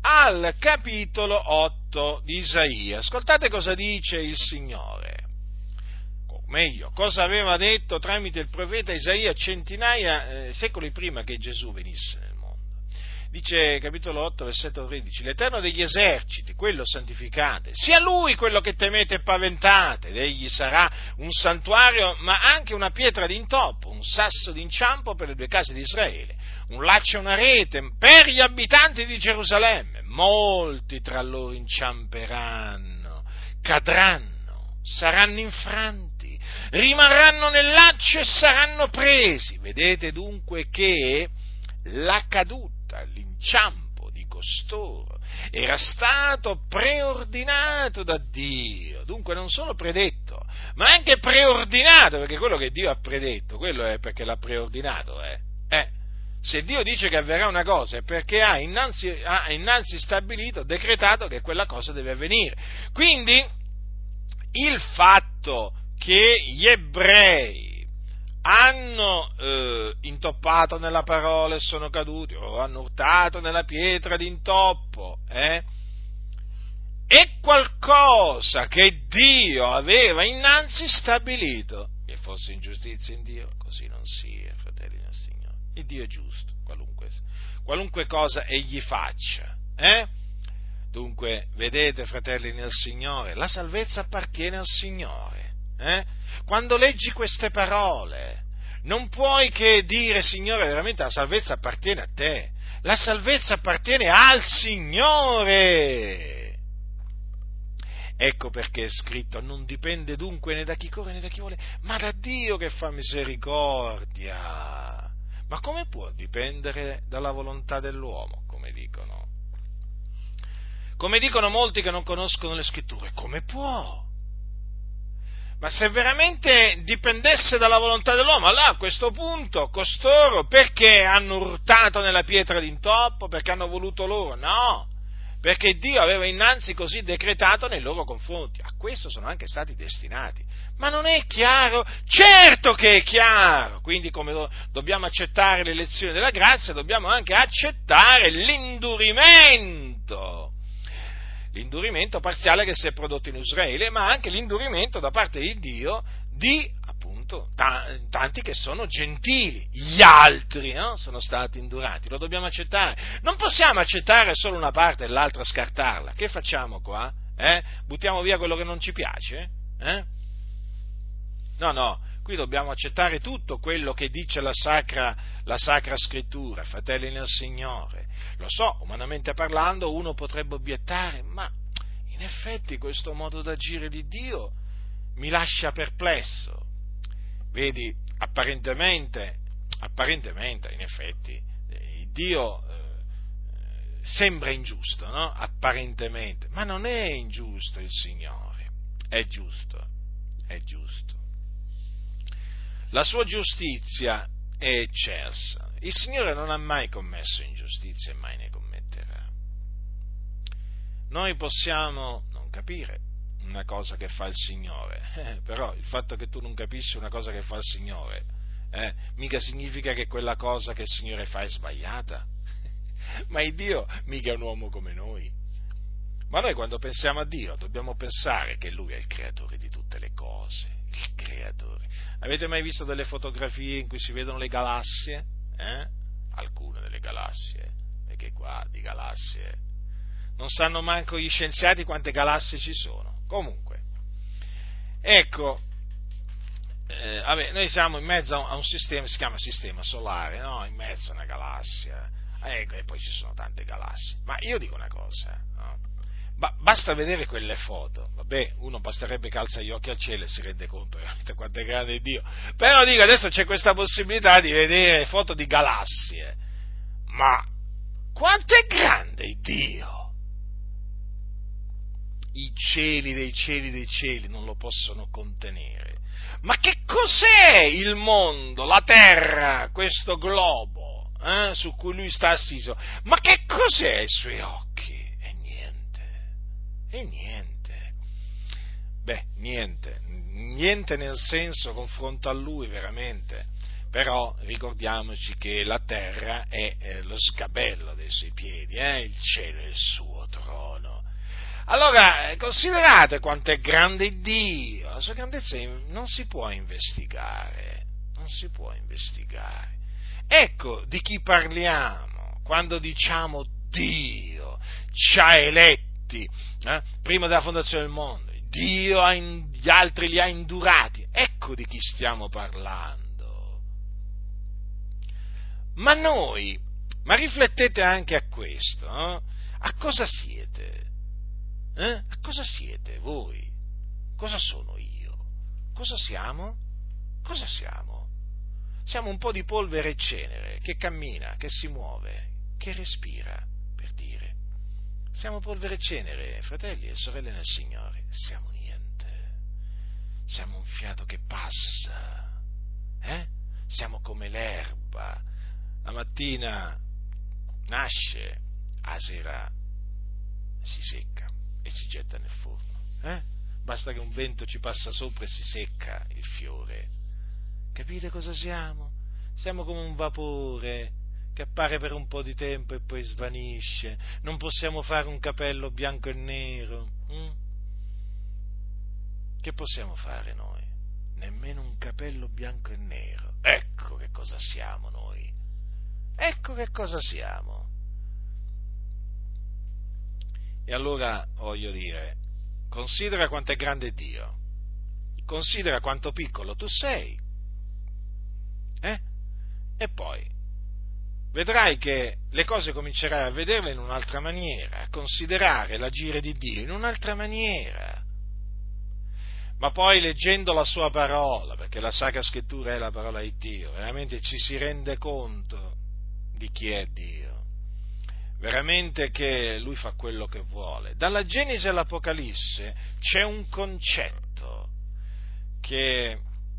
al capitolo 8 di Isaia. Ascoltate cosa dice il Signore. O meglio, cosa aveva detto tramite il profeta Isaia secoli prima che Gesù venisse nel mondo. Dice, capitolo 8, versetto 13, l'Eterno degli eserciti, quello santificate, sia Lui quello che temete e paventate, ed Egli sarà un santuario, ma anche una pietra d'intoppo, un sasso d'inciampo per le due case di Israele, un laccio e una rete per gli abitanti di Gerusalemme. Molti tra loro inciamperanno, cadranno, saranno infranti, rimarranno nel laccio e saranno presi. Vedete dunque che la caduta, l'inciampo di costoro era stato preordinato da Dio, dunque non solo predetto, ma anche preordinato, perché quello che Dio ha predetto, quello è perché l'ha preordinato. Se Dio dice che avverrà una cosa è perché ha innanzi stabilito, decretato che quella cosa deve avvenire. Quindi il fatto che gli ebrei hanno intoppato nella parola e sono caduti, o hanno urtato nella pietra d'intoppo, è qualcosa che Dio aveva innanzi stabilito. Che fosse ingiustizia in Dio, così non sia, fratelli del Signore. Il Dio è giusto, qualunque cosa egli faccia. Dunque, vedete, fratelli nel Signore, la salvezza appartiene al Signore. Quando leggi queste parole, non puoi che dire, Signore, veramente la salvezza appartiene a te. La salvezza appartiene al Signore. Ecco perché è scritto: non dipende dunque né da chi corre né da chi vuole, ma da Dio che fa misericordia. Ma come può dipendere dalla volontà dell'uomo, come dicono? Come dicono molti che non conoscono le Scritture, come può? Ma se veramente dipendesse dalla volontà dell'uomo, allora a questo punto costoro perché hanno urtato nella pietra d'intoppo? Perché hanno voluto loro? No, perché Dio aveva innanzi così decretato nei loro confronti. A questo sono anche stati destinati. Ma non è chiaro? Certo che è chiaro! Quindi come dobbiamo accettare le lezioni della grazia, dobbiamo anche accettare l'indurimento parziale che si è prodotto in Israele, ma anche l'indurimento da parte di Dio di, appunto, tanti che sono gentili. Gli altri sono stati indurati, lo dobbiamo accettare. Non possiamo accettare solo una parte e l'altra scartarla. Che facciamo qua? Buttiamo via quello che non ci piace? No, qui dobbiamo accettare tutto quello che dice la Sacra Scrittura, fratelli nel Signore. Lo so, umanamente parlando, uno potrebbe obiettare, ma in effetti questo modo d'agire di Dio mi lascia perplesso. Vedi, apparentemente, in effetti, Dio sembra ingiusto, no? Apparentemente, ma non è ingiusto il Signore, è giusto. La sua giustizia è eccelsa. Il Signore non ha mai commesso ingiustizia e mai ne commetterà. Noi possiamo non capire una cosa che fa il Signore, però il fatto che tu non capisci una cosa che fa il Signore, mica significa che quella cosa che il Signore fa è sbagliata. Ma il Dio mica è un uomo come noi. Ma noi quando pensiamo a Dio dobbiamo pensare che Lui è il creatore di tutte le cose, il creatore. Avete mai visto delle fotografie in cui si vedono le galassie? Alcune delle galassie, perché qua di galassie non sanno manco gli scienziati quante galassie ci sono. Comunque, ecco, noi siamo in mezzo a un sistema, si chiama sistema solare, no? In mezzo a una galassia, ecco, e poi ci sono tante galassie. Ma io dico una cosa, no? Basta vedere quelle foto, vabbè, uno basterebbe che alza gli occhi al cielo e si rende conto veramente quanto è grande Dio, però dico, adesso c'è questa possibilità di vedere foto di galassie, ma quanto è grande Dio? I cieli dei cieli non lo possono contenere. Ma che cos'è il mondo, la terra, questo globo su cui lui sta assiso? Ma che cos'è ai suoi occhi? E niente. Niente nel senso confronto a lui veramente, Però ricordiamoci che la terra è lo sgabello dei suoi piedi, il cielo è il suo trono. Allora, considerate quanto è grande Dio, la sua grandezza non si può investigare, non si può investigare. Ecco di chi parliamo quando diciamo Dio ci ha eletti prima della fondazione del mondo, Dio gli altri li ha indurati, ecco di chi stiamo parlando. Ma riflettete anche a questo, a cosa siete? A cosa siete voi? Cosa sono io? Cosa siamo? Cosa siamo? Siamo un po' di polvere e cenere che cammina, che si muove, che respira, per dire. Siamo polvere e cenere, fratelli e sorelle nel Signore. Siamo niente. Siamo un fiato che passa. Siamo come l'erba. La mattina nasce, a sera si secca e si getta nel forno. Basta che un vento ci passa sopra e si secca il fiore. Capite cosa siamo? Siamo come un vapore che appare per un po' di tempo e poi svanisce. Non possiamo fare un capello bianco e nero. Che possiamo fare noi? Nemmeno un capello bianco e nero. Ecco che cosa siamo noi. Ecco che cosa siamo. E allora voglio dire, considera quanto è grande Dio, considera quanto piccolo tu sei, e poi vedrai che le cose comincerai a vederle in un'altra maniera, a considerare l'agire di Dio in un'altra maniera. Ma poi leggendo la sua parola, perché la Sacra Scrittura è la parola di Dio, veramente ci si rende conto di chi è Dio. Veramente che Lui fa quello che vuole. Dalla Genesi all'Apocalisse c'è un concetto che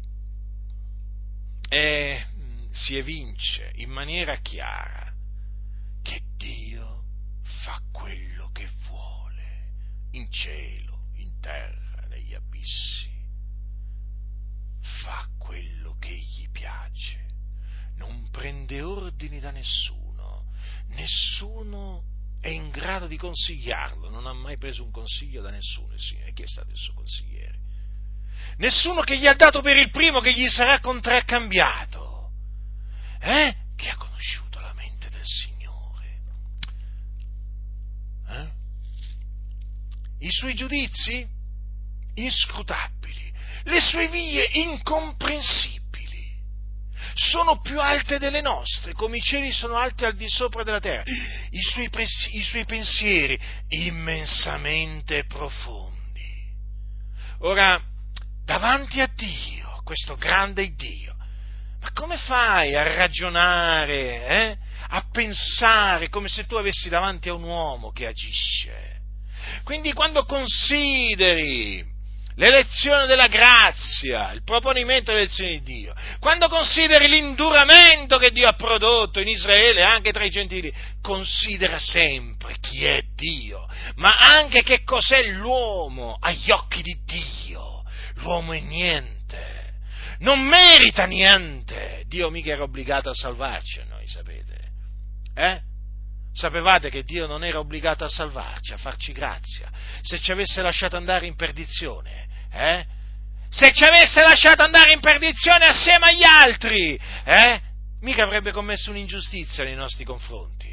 si evince in maniera chiara, che Dio fa quello che vuole, in cielo, in terra, negli abissi. Fa quello che gli piace, non prende ordini da nessuno è in grado di consigliarlo, non ha mai preso un consiglio da nessuno il Signore. Chi è stato il suo consigliere? Nessuno che gli ha dato per il primo che gli sarà contraccambiato, che ha conosciuto la mente del Signore, i suoi giudizi inscrutabili, le sue vie incomprensibili sono più alte delle nostre, come i cieli sono alti al di sopra della terra, i suoi pensieri immensamente profondi. Ora, davanti a Dio, questo grande Dio, ma come fai a ragionare, a pensare come se tu avessi davanti a un uomo che agisce? Quindi quando consideri l'elezione della grazia, il proponimento dell'elezione di Dio, quando consideri l'induramento che Dio ha prodotto in Israele, anche tra i gentili, considera sempre chi è Dio, ma anche che cos'è l'uomo agli occhi di Dio. L'uomo è niente, non merita niente. Dio mica era obbligato a salvarci a noi, sapete? Sapevate che Dio non era obbligato a salvarci, a farci grazia? Se ci avesse lasciato andare in perdizione, se ci avesse lasciato andare in perdizione assieme agli altri, mica avrebbe commesso un'ingiustizia nei nostri confronti,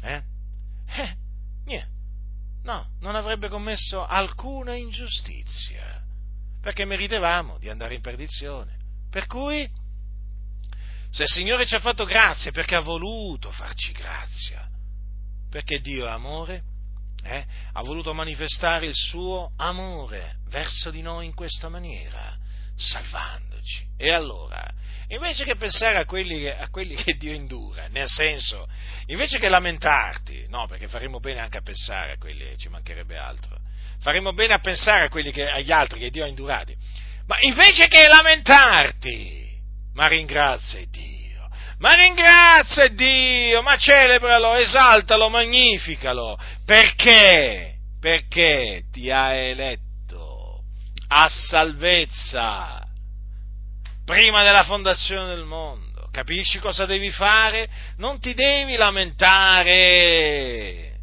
niente. No, non avrebbe commesso alcuna ingiustizia, perché meritavamo di andare in perdizione. Per cui, se il Signore ci ha fatto grazia, è perché ha voluto farci grazia. Perché Dio è amore, ha voluto manifestare il suo amore verso di noi in questa maniera, salvandoci. E allora, invece che pensare a quelli che Dio indura, nel senso, invece che lamentarti, no, perché faremo bene anche a pensare a quelli, ci mancherebbe altro, faremo bene a pensare agli altri che Dio ha indurati, ma invece che lamentarti, ma ringrazia Dio. Ma ringrazia Dio, ma celebralo, esaltalo, magnificalo, perché ti ha eletto a salvezza prima della fondazione del mondo. Dio. Capisci cosa devi fare? Non ti devi lamentare.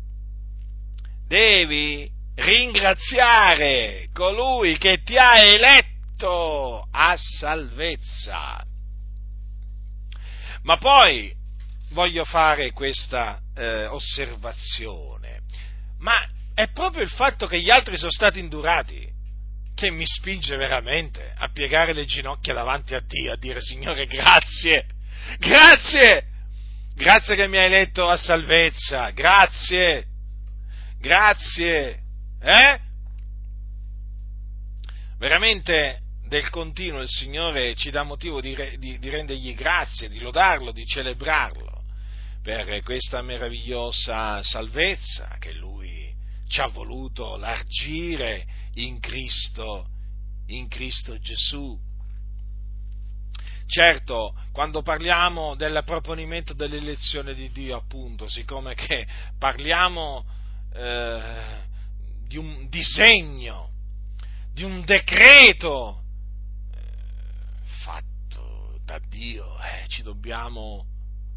Devi ringraziare colui che ti ha eletto a salvezza. Ma poi voglio fare questa osservazione. Ma è proprio il fatto che gli altri sono stati indurati che mi spinge veramente a piegare le ginocchia davanti a Dio, a dire: Signore, grazie, grazie, grazie che mi hai eletto a salvezza, grazie, grazie, Veramente del continuo il Signore ci dà motivo di rendergli grazie, di lodarlo, di celebrarlo per questa meravigliosa salvezza che Lui ci ha voluto largire in Cristo Gesù. Certo, quando parliamo del proponimento dell'elezione di Dio, appunto, siccome che parliamo di un disegno, di un decreto fatto da Dio, ci dobbiamo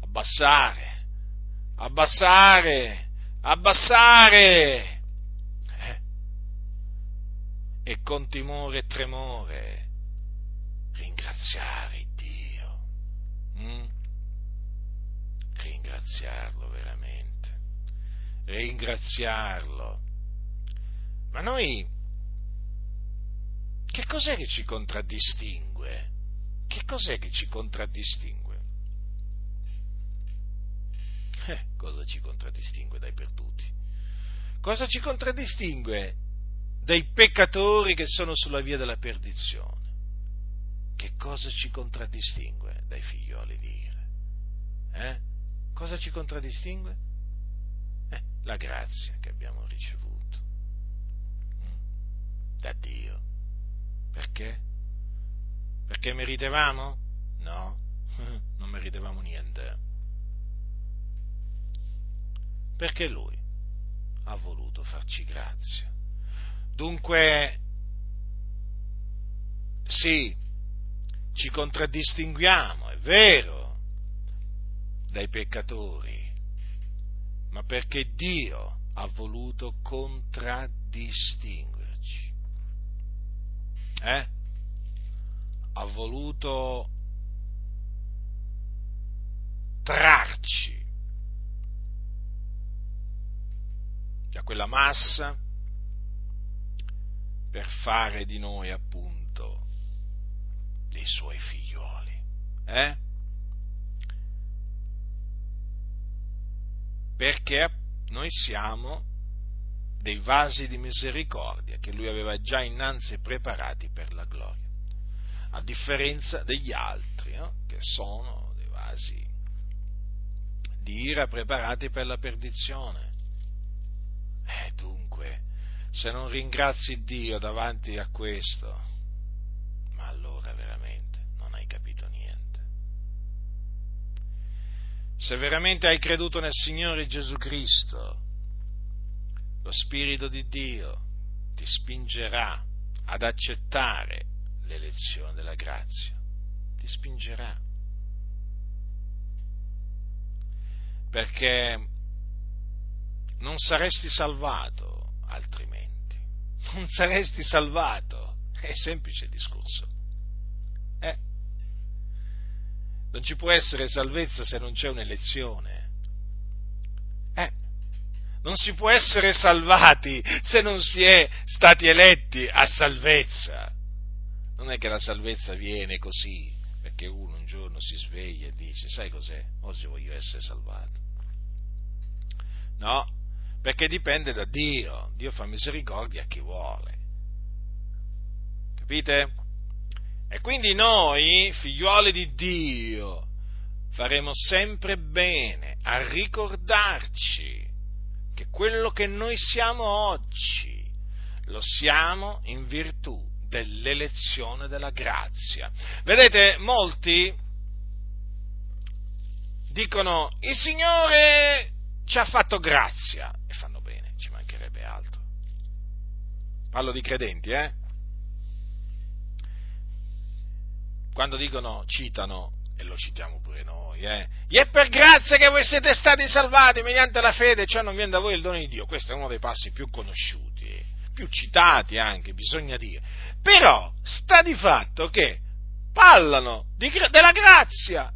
abbassare e con timore e tremore ringraziare Dio, ringraziarlo veramente, ringraziarlo. Ma noi, che cos'è che ci contraddistingue? Che cos'è che ci contraddistingue? Cosa ci contraddistingue dai perduti? Cosa ci contraddistingue dai peccatori che sono sulla via della perdizione? Che cosa ci contraddistingue dai figlioli di Ire? Cosa ci contraddistingue? La grazia che abbiamo ricevuto da Dio. Perché? Perché meritevamo? No, non meritevamo niente. Perché Lui ha voluto farci grazia. Dunque, sì, ci contraddistinguiamo, è vero, dai peccatori, ma perché Dio ha voluto contraddistinguerci. Ha voluto trarci da quella massa per fare di noi, appunto, dei suoi figlioli. Perché noi siamo dei vasi di misericordia che Lui aveva già innanzi preparati per la gloria, a differenza degli altri, che sono dei vasi di ira preparati per la perdizione. Dunque, se non ringrazi Dio davanti a questo, ma allora veramente non hai capito niente. Se veramente hai creduto nel Signore Gesù Cristo, lo Spirito di Dio ti spingerà ad accettare l'elezione della grazia, ti spingerà, perché non saresti salvato altrimenti, non saresti salvato, è semplice il discorso. Non ci può essere salvezza se non c'è un'elezione. Non si può essere salvati se non si è stati eletti a salvezza. Non è che la salvezza viene così, perché uno un giorno si sveglia e dice: sai cos'è? Oggi voglio essere salvato. No, perché dipende da Dio. Dio fa misericordia a chi vuole. Capite? E quindi noi, figliuoli di Dio, faremo sempre bene a ricordarci che quello che noi siamo oggi lo siamo in virtù dell'elezione della grazia. Vedete, molti dicono: il Signore ci ha fatto grazia, e fanno bene, ci mancherebbe altro. Parlo di credenti, Quando citano e lo citiamo pure noi, E è per grazia che voi siete stati salvati mediante la fede, cioè non viene da voi il dono di Dio. Questo è uno dei passi più conosciuti, più citati anche, bisogna dire. Però sta di fatto che parlano della grazia,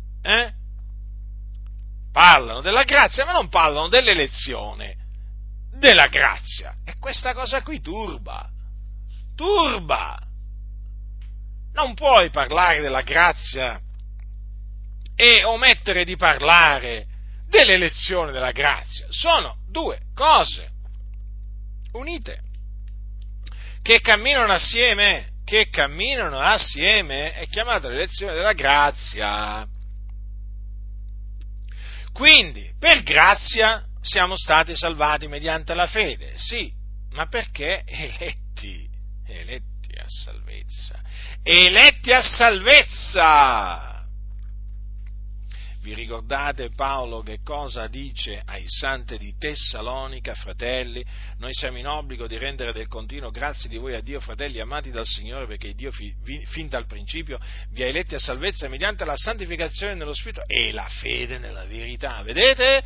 Parlano della grazia, ma non parlano dell'elezione, della grazia. E questa cosa qui turba. Non puoi parlare della grazia e omettere di parlare dell'elezione della grazia. Sono due cose unite, che camminano assieme, è chiamata l'elezione della grazia. Quindi, per grazia siamo stati salvati mediante la fede, sì, ma perché eletti a salvezza. Vi ricordate Paolo che cosa dice ai santi di Tessalonica? Fratelli, noi siamo in obbligo di rendere del continuo grazie di voi a Dio, fratelli amati dal Signore, perché Dio fin dal principio vi ha eletti a salvezza mediante la santificazione nello Spirito e la fede nella verità. Vedete?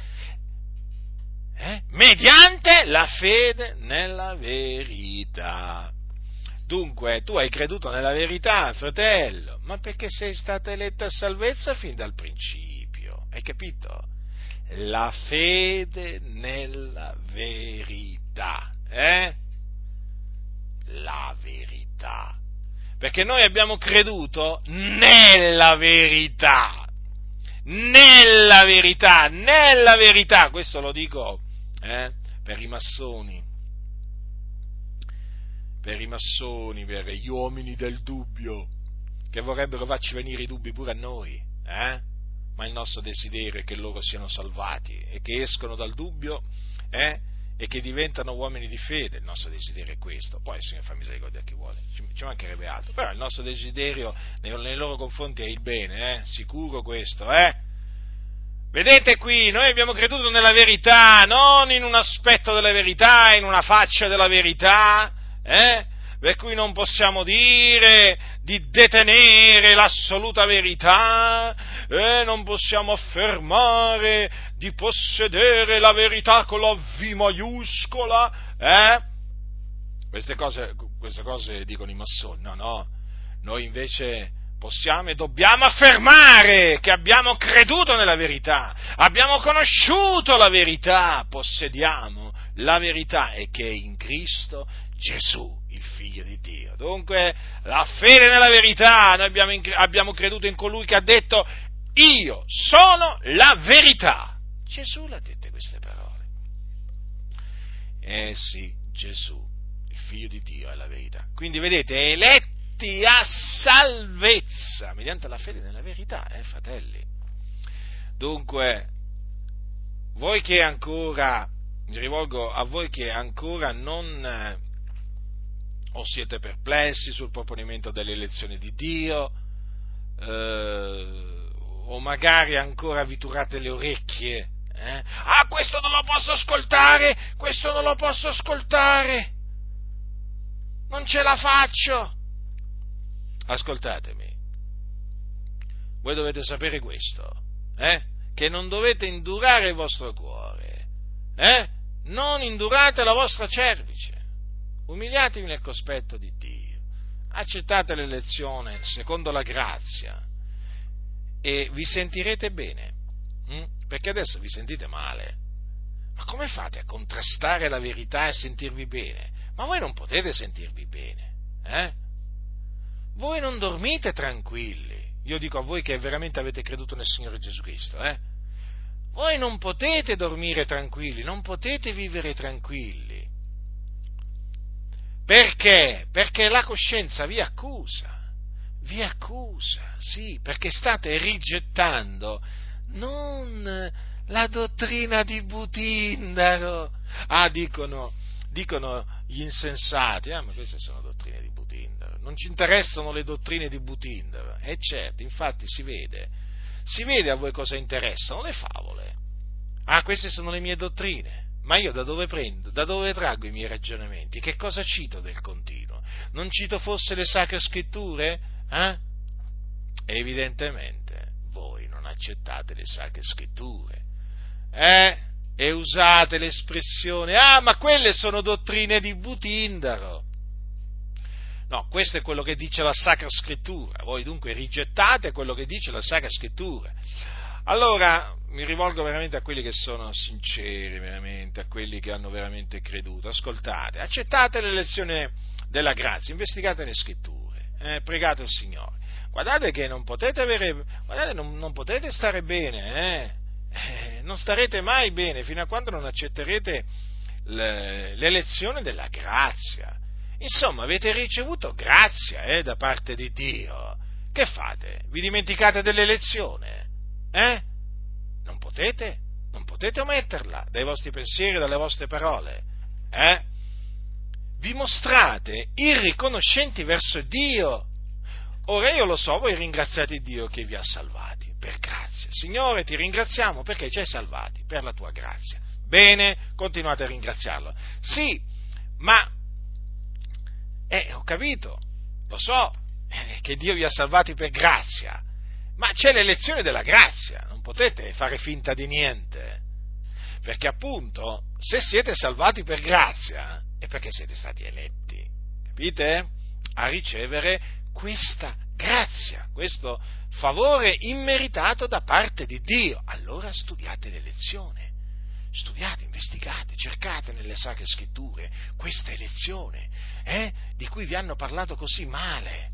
Mediante la fede nella verità. Dunque, tu hai creduto nella verità, fratello, ma perché sei stato eletto a salvezza fin dal principio. Hai capito? La fede nella verità, La verità. Perché noi abbiamo creduto nella verità, questo lo dico, per i massoni, per gli uomini del dubbio, che vorrebbero farci venire i dubbi pure a noi, Ma il nostro desiderio è che loro siano salvati e che escono dal dubbio, e che diventano uomini di fede. Il nostro desiderio è questo. Poi il Signore fa misericordia a chi vuole, ci mancherebbe altro. Però il nostro desiderio nei loro confronti è il bene, sicuro questo, Vedete qui, noi abbiamo creduto nella verità, non in un aspetto della verità, in una faccia della verità, per cui non possiamo dire di detenere l'assoluta verità, non possiamo affermare di possedere la verità con la V maiuscola, Queste cose dicono i massoni, no, noi invece possiamo e dobbiamo affermare che abbiamo creduto nella verità, abbiamo conosciuto la verità, possediamo la verità e che è in Cristo Gesù, il Figlio di Dio. Dunque, la fede nella verità, noi abbiamo creduto in colui che ha detto: io sono la verità. Gesù l'ha dette queste parole. Sì, Gesù, il Figlio di Dio, è la verità. Quindi vedete, eletti a salvezza mediante la fede nella verità, fratelli. Dunque, voi che ancora, mi rivolgo a voi che ancora non o siete perplessi sul proponimento dell'elezione di Dio, o magari ancora vi turate le orecchie, questo non lo posso ascoltare, non ce la faccio. Ascoltatemi, voi dovete sapere questo, che non dovete indurare il vostro cuore, non indurate la vostra cervice, umiliatevi nel cospetto di Dio, accettate l'elezione secondo la grazia e vi sentirete bene, perché adesso vi sentite male. Ma come fate a contrastare la verità e a sentirvi bene? Ma voi non potete sentirvi bene, Voi non dormite tranquilli. Io dico a voi che veramente avete creduto nel Signore Gesù Cristo, Voi non potete dormire tranquilli, non potete vivere tranquilli. Perché? Perché la coscienza vi accusa, sì, perché state rigettando non la dottrina di Butindaro. Dicono gli insensati, ma queste sono dottrine di Butindaro, non ci interessano le dottrine di Butindaro. E certo, infatti si vede a voi cosa interessano, le favole. Queste sono le mie dottrine. Ma io da dove traggo i miei ragionamenti? Che cosa cito del continuo? Non cito forse le sacre scritture? Evidentemente voi accettate le sacre scritture. E usate l'espressione, ma quelle sono dottrine di Butindaro. No, questo è quello che dice la Sacra Scrittura, voi dunque rigettate quello che dice la Sacra Scrittura. Allora, mi rivolgo veramente a quelli che sono sinceri, veramente, a quelli che hanno veramente creduto, ascoltate, accettate l'elezione della grazia, investigate le Scritture, pregate il Signore. Guardate che non potete non potete stare bene, non starete mai bene fino a quando non accetterete l'elezione della grazia. Insomma, avete ricevuto grazia da parte di Dio. Che fate? Vi dimenticate dell'elezione? Non potete ometterla dai vostri pensieri, dalle vostre parole. Vi mostrate irriconoscenti verso Dio. Ora io lo so, voi ringraziate Dio che vi ha salvati per grazia. Signore, ti ringraziamo perché ci hai salvati per la tua grazia. Bene, continuate a ringraziarlo. Sì, ma ho capito, lo so, che Dio vi ha salvati per grazia, ma c'è l'elezione della grazia, non potete fare finta di niente, perché appunto, se siete salvati per grazia, è perché siete stati eletti, capite? A ricevere questa grazia, questo favore immeritato da parte di Dio. Allora studiate l'elezione. Studiate, investigate, cercate nelle Sacre Scritture questa elezione, di cui vi hanno parlato così male.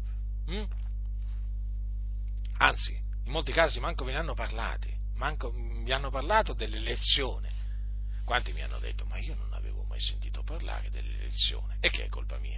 Anzi, in molti casi manco ve ne hanno parlati, manco vi hanno parlato dell'elezione. Quanti mi hanno detto, ma io non avevo mai sentito parlare dell'elezione, e che è colpa mia?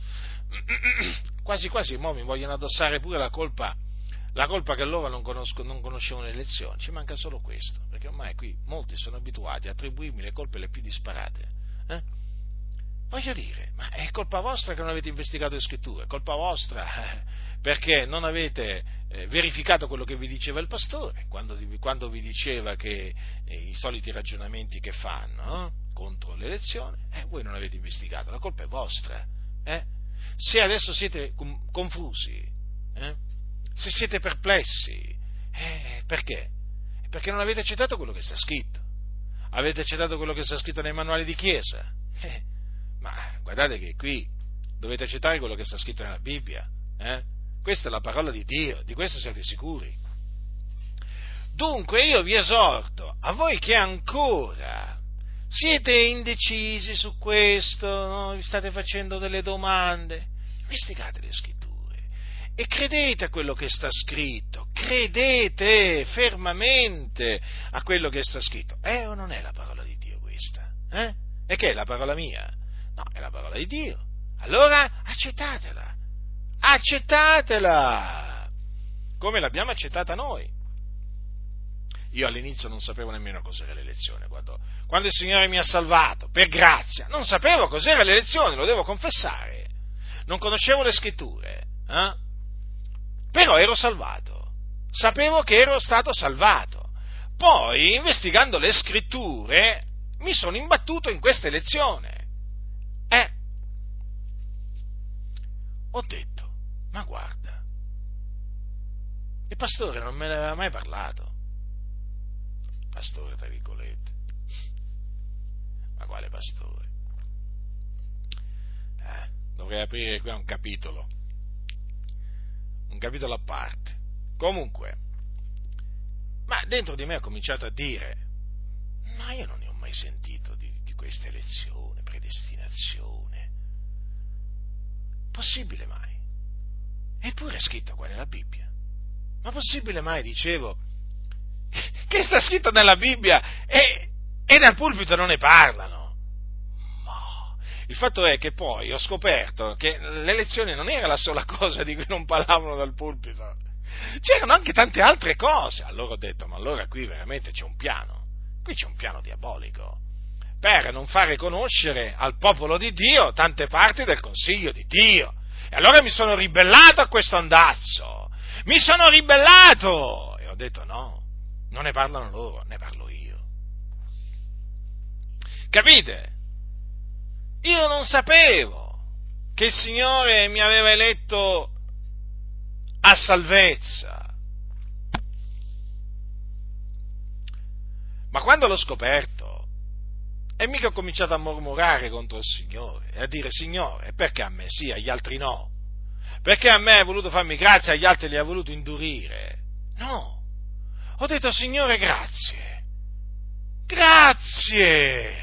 Quasi quasi mo mi vogliono addossare pure la colpa che loro non conoscevano l'elezione. Ci manca solo questo, perché ormai qui molti sono abituati a attribuirmi le colpe le più disparate. Voglio dire, ma è colpa vostra che non avete investigato le scritture, è colpa vostra perché non avete verificato quello che vi diceva il pastore, quando vi diceva che i soliti ragionamenti che fanno contro l'elezione, voi non avete investigato, la colpa è vostra. Se adesso siete confusi, se siete perplessi, perché? Perché non avete accettato quello che sta scritto. Avete accettato quello che sta scritto nei manuali di chiesa? Ma guardate che qui dovete accettare quello che sta scritto nella Bibbia. Questa è la parola di Dio, di questo siate sicuri. Dunque io vi esorto, a voi che ancora siete indecisi su questo, no? Vi state facendo delle domande, investigate le scritture e credete a quello che sta scritto, credete fermamente a quello che sta scritto. O non è la parola di Dio questa? E che è la parola mia? No, è la parola di Dio. Allora accettatela, come l'abbiamo accettata noi. Io all'inizio non sapevo nemmeno cos'era l'elezione, quando il Signore mi ha salvato, per grazia, non sapevo cos'era l'elezione, lo devo confessare, non conoscevo le scritture, però ero salvato, sapevo che ero stato salvato, poi investigando le scritture mi sono imbattuto in questa elezione, ho detto, ma guarda, il pastore non me ne aveva mai parlato, pastore tra virgolette, ma quale pastore? Dovrei aprire qui un capitolo a parte. Comunque, ma dentro di me ho cominciato a dire, ma io non ne ho mai sentito di questa elezione, predestinazione, possibile mai? Eppure è scritto qua nella Bibbia, ma possibile mai, dicevo, che sta scritto nella Bibbia e dal pulpito non ne parlano? Ma il fatto è che poi ho scoperto che l'elezione non era la sola cosa di cui non parlavano dal pulpito, c'erano anche tante altre cose. Allora ho detto, ma allora qui veramente c'è un piano diabolico per non fare conoscere al popolo di Dio tante parti del consiglio di Dio. E allora mi sono ribellato a questo andazzo, e ho detto no, non ne parlano loro, ne parlo io. Capite? Io non sapevo che il Signore mi aveva eletto a salvezza. Ma quando l'ho scoperto, e mica ho cominciato a mormorare contro il Signore, e a dire: Signore, perché a me sì, agli altri no? Perché a me hai voluto farmi grazia, agli altri li hai voluto indurire? No! Ho detto: Signore, grazie! Grazie!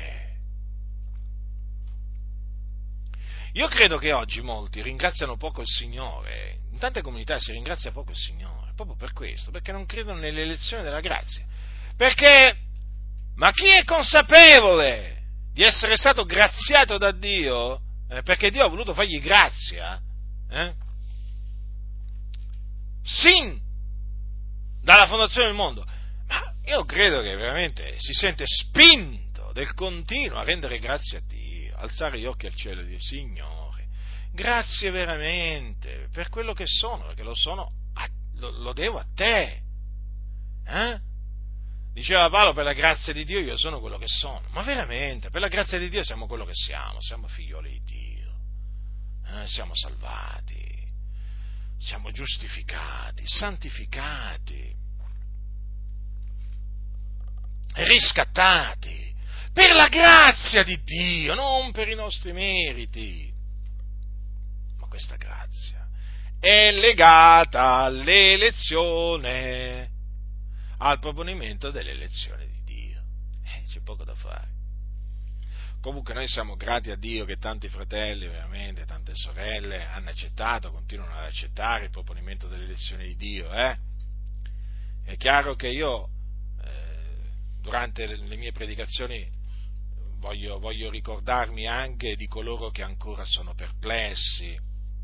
Io credo che oggi molti ringraziano poco il Signore, in tante comunità si ringrazia poco il Signore, proprio per questo, perché non credono nell'elezione della grazia. Perché, ma chi è consapevole di essere stato graziato da Dio, perché Dio ha voluto fargli grazia, sin dalla fondazione del mondo, ma io credo che veramente si sente spinto del continuo a rendere grazie a Dio, alzare gli occhi al cielo e dire: Signore, grazie veramente per quello che sono, perché lo devo a te. Diceva Paolo: per la grazia di Dio io sono quello che sono. Ma veramente, per la grazia di Dio siamo quello che siamo figlioli di Dio, siamo salvati, siamo giustificati, santificati, riscattati, per la grazia di Dio, non per i nostri meriti. Ma questa grazia è legata all'elezione, al proponimento dell'elezione di Dio. C'è poco da fare. Comunque noi siamo grati a Dio che tanti fratelli, veramente, tante sorelle hanno accettato, continuano ad accettare il proponimento dell'elezione di Dio. È chiaro che io, durante le mie predicazioni, voglio ricordarmi anche di coloro che ancora sono perplessi.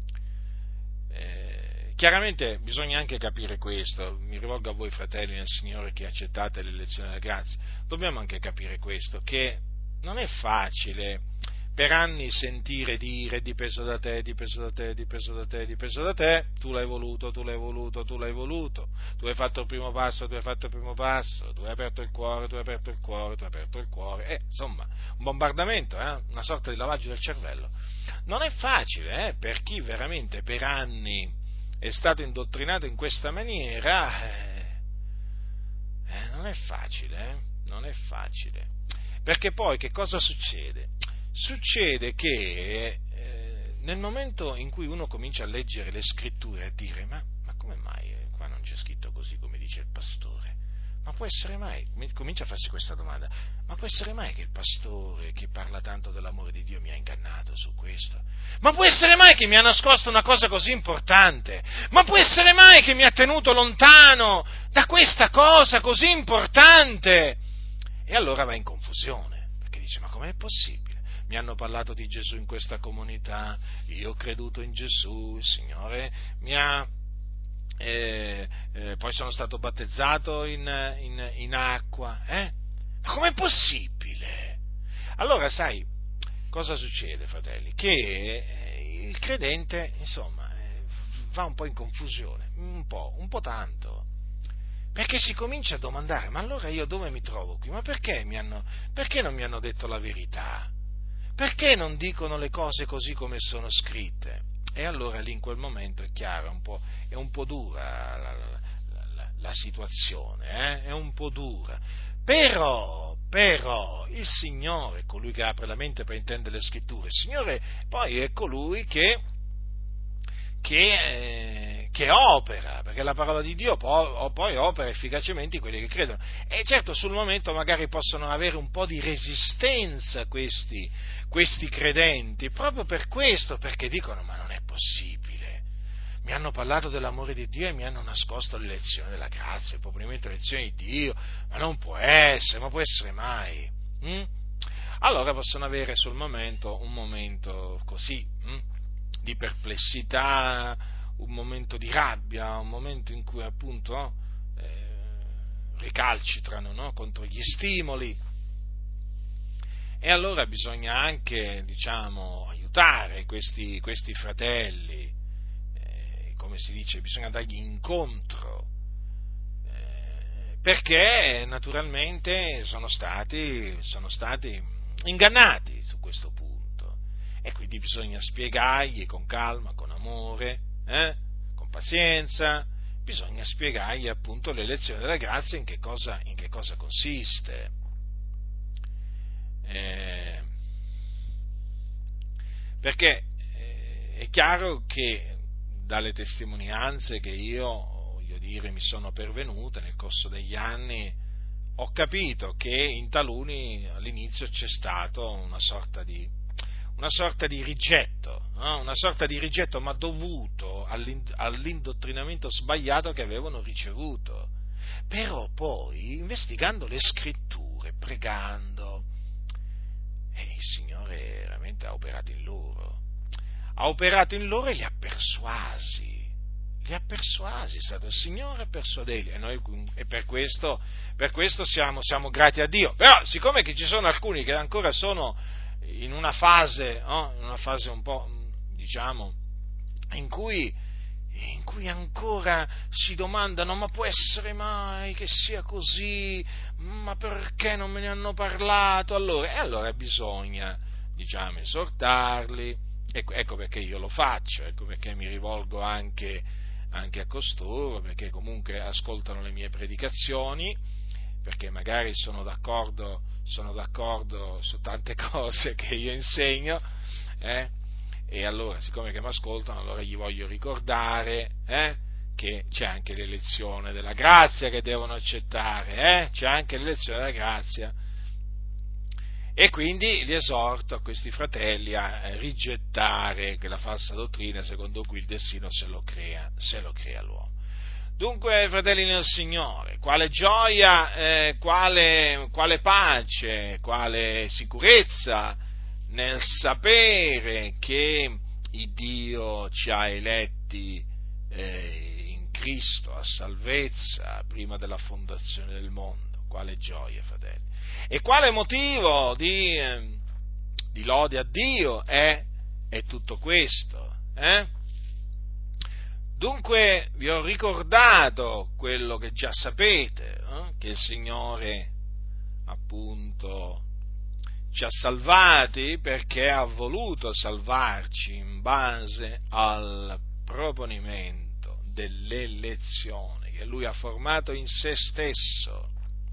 Chiaramente bisogna anche capire questo, mi rivolgo a voi fratelli nel Signore che accettate l'elezione della grazia, dobbiamo anche capire questo, che non è facile per anni sentire dire: dipeso da te, dipeso da te, dipeso da te, dipeso da te, tu l'hai voluto, tu l'hai voluto, tu l'hai voluto, tu hai fatto il primo passo, tu hai fatto il primo passo, tu hai aperto il cuore, tu hai aperto il cuore, tu hai aperto il cuore, insomma, un bombardamento, una sorta di lavaggio del cervello. Non è facile, per chi veramente per anni è stato indottrinato in questa maniera, non è facile, non è facile. Perché poi che cosa succede? Succede che nel momento in cui uno comincia a leggere le scritture e a dire: ma come mai qua non c'è scritto così come dice il pastore? Ma può essere mai, comincia a farsi questa domanda: ma può essere mai che il pastore che parla tanto dell'amore di Dio mi ha ingannato su questo? Ma può essere mai che mi ha nascosto una cosa così importante? Ma può essere mai che mi ha tenuto lontano da questa cosa così importante? E allora va in confusione, perché dice: ma com'è possibile? Mi hanno parlato di Gesù in questa comunità, io ho creduto in Gesù, il Signore mi ha... poi sono stato battezzato in acqua, Ma com'è possibile? Allora, sai, cosa succede, fratelli? Che il credente, insomma, va un po' in confusione, un po' tanto, perché si comincia a domandare: ma allora io dove mi trovo qui? Ma perché non mi hanno detto la verità? Perché non dicono le cose così come sono scritte? E allora lì in quel momento è chiaro, è un po' dura la situazione, è un po' dura. Però il Signore è colui che apre la mente per intendere le scritture, il Signore poi è colui che opera, perché la parola di Dio poi opera efficacemente in quelli che credono. E certo, sul momento magari possono avere un po' di resistenza questi credenti, proprio per questo, perché dicono: ma non è possibile, mi hanno parlato dell'amore di Dio e mi hanno nascosto l'elezione della grazia, il proponimento dell'elezione di Dio, ma non può essere, ma può essere mai? Allora possono avere sul momento un momento così, di perplessità, un momento di rabbia, un momento in cui appunto recalcitrano, no? Contro gli stimoli, e allora bisogna anche, aiutare questi fratelli, come si dice, bisogna dargli incontro, perché naturalmente sono stati ingannati su questo punto. E quindi bisogna spiegargli con calma, con amore, con pazienza, bisogna spiegargli appunto l'elezione della grazia in che cosa consiste. Perché è chiaro che dalle testimonianze che voglio dire, mi sono pervenute nel corso degli anni, ho capito che in taluni all'inizio c'è stato una sorta di rigetto, no? Una sorta di rigetto, ma dovuto all'indottrinamento sbagliato che avevano ricevuto. Però poi, investigando le scritture, pregando, il Signore veramente ha operato in loro e li ha persuasi. È stato il Signore a persuaderli, e per questo siamo grati a Dio. Però, siccome che ci sono alcuni che ancora sono in una fase un po', diciamo, in cui ancora si domandano: ma può essere mai che sia così? Ma perché non me ne hanno parlato? Allora bisogna, diciamo, esortarli. Ecco perché io lo faccio, ecco perché mi rivolgo anche a costoro, perché comunque ascoltano le mie predicazioni, perché magari sono d'accordo su tante cose che io insegno, e allora, siccome che mi ascoltano, allora gli voglio ricordare che c'è anche l'elezione della grazia che devono accettare, c'è anche l'elezione della grazia, e quindi li esorto a questi fratelli a rigettare quella falsa dottrina secondo cui il destino se lo crea l'uomo. Dunque, fratelli nel Signore, quale gioia, quale pace, quale sicurezza nel sapere che il Dio ci ha eletti in Cristo a salvezza prima della fondazione del mondo. Quale gioia, fratelli! E quale motivo di lode a Dio è tutto questo? Dunque vi ho ricordato quello che già sapete, che il Signore appunto ci ha salvati perché ha voluto salvarci in base al proponimento dell'elezione che Lui ha formato in se stesso,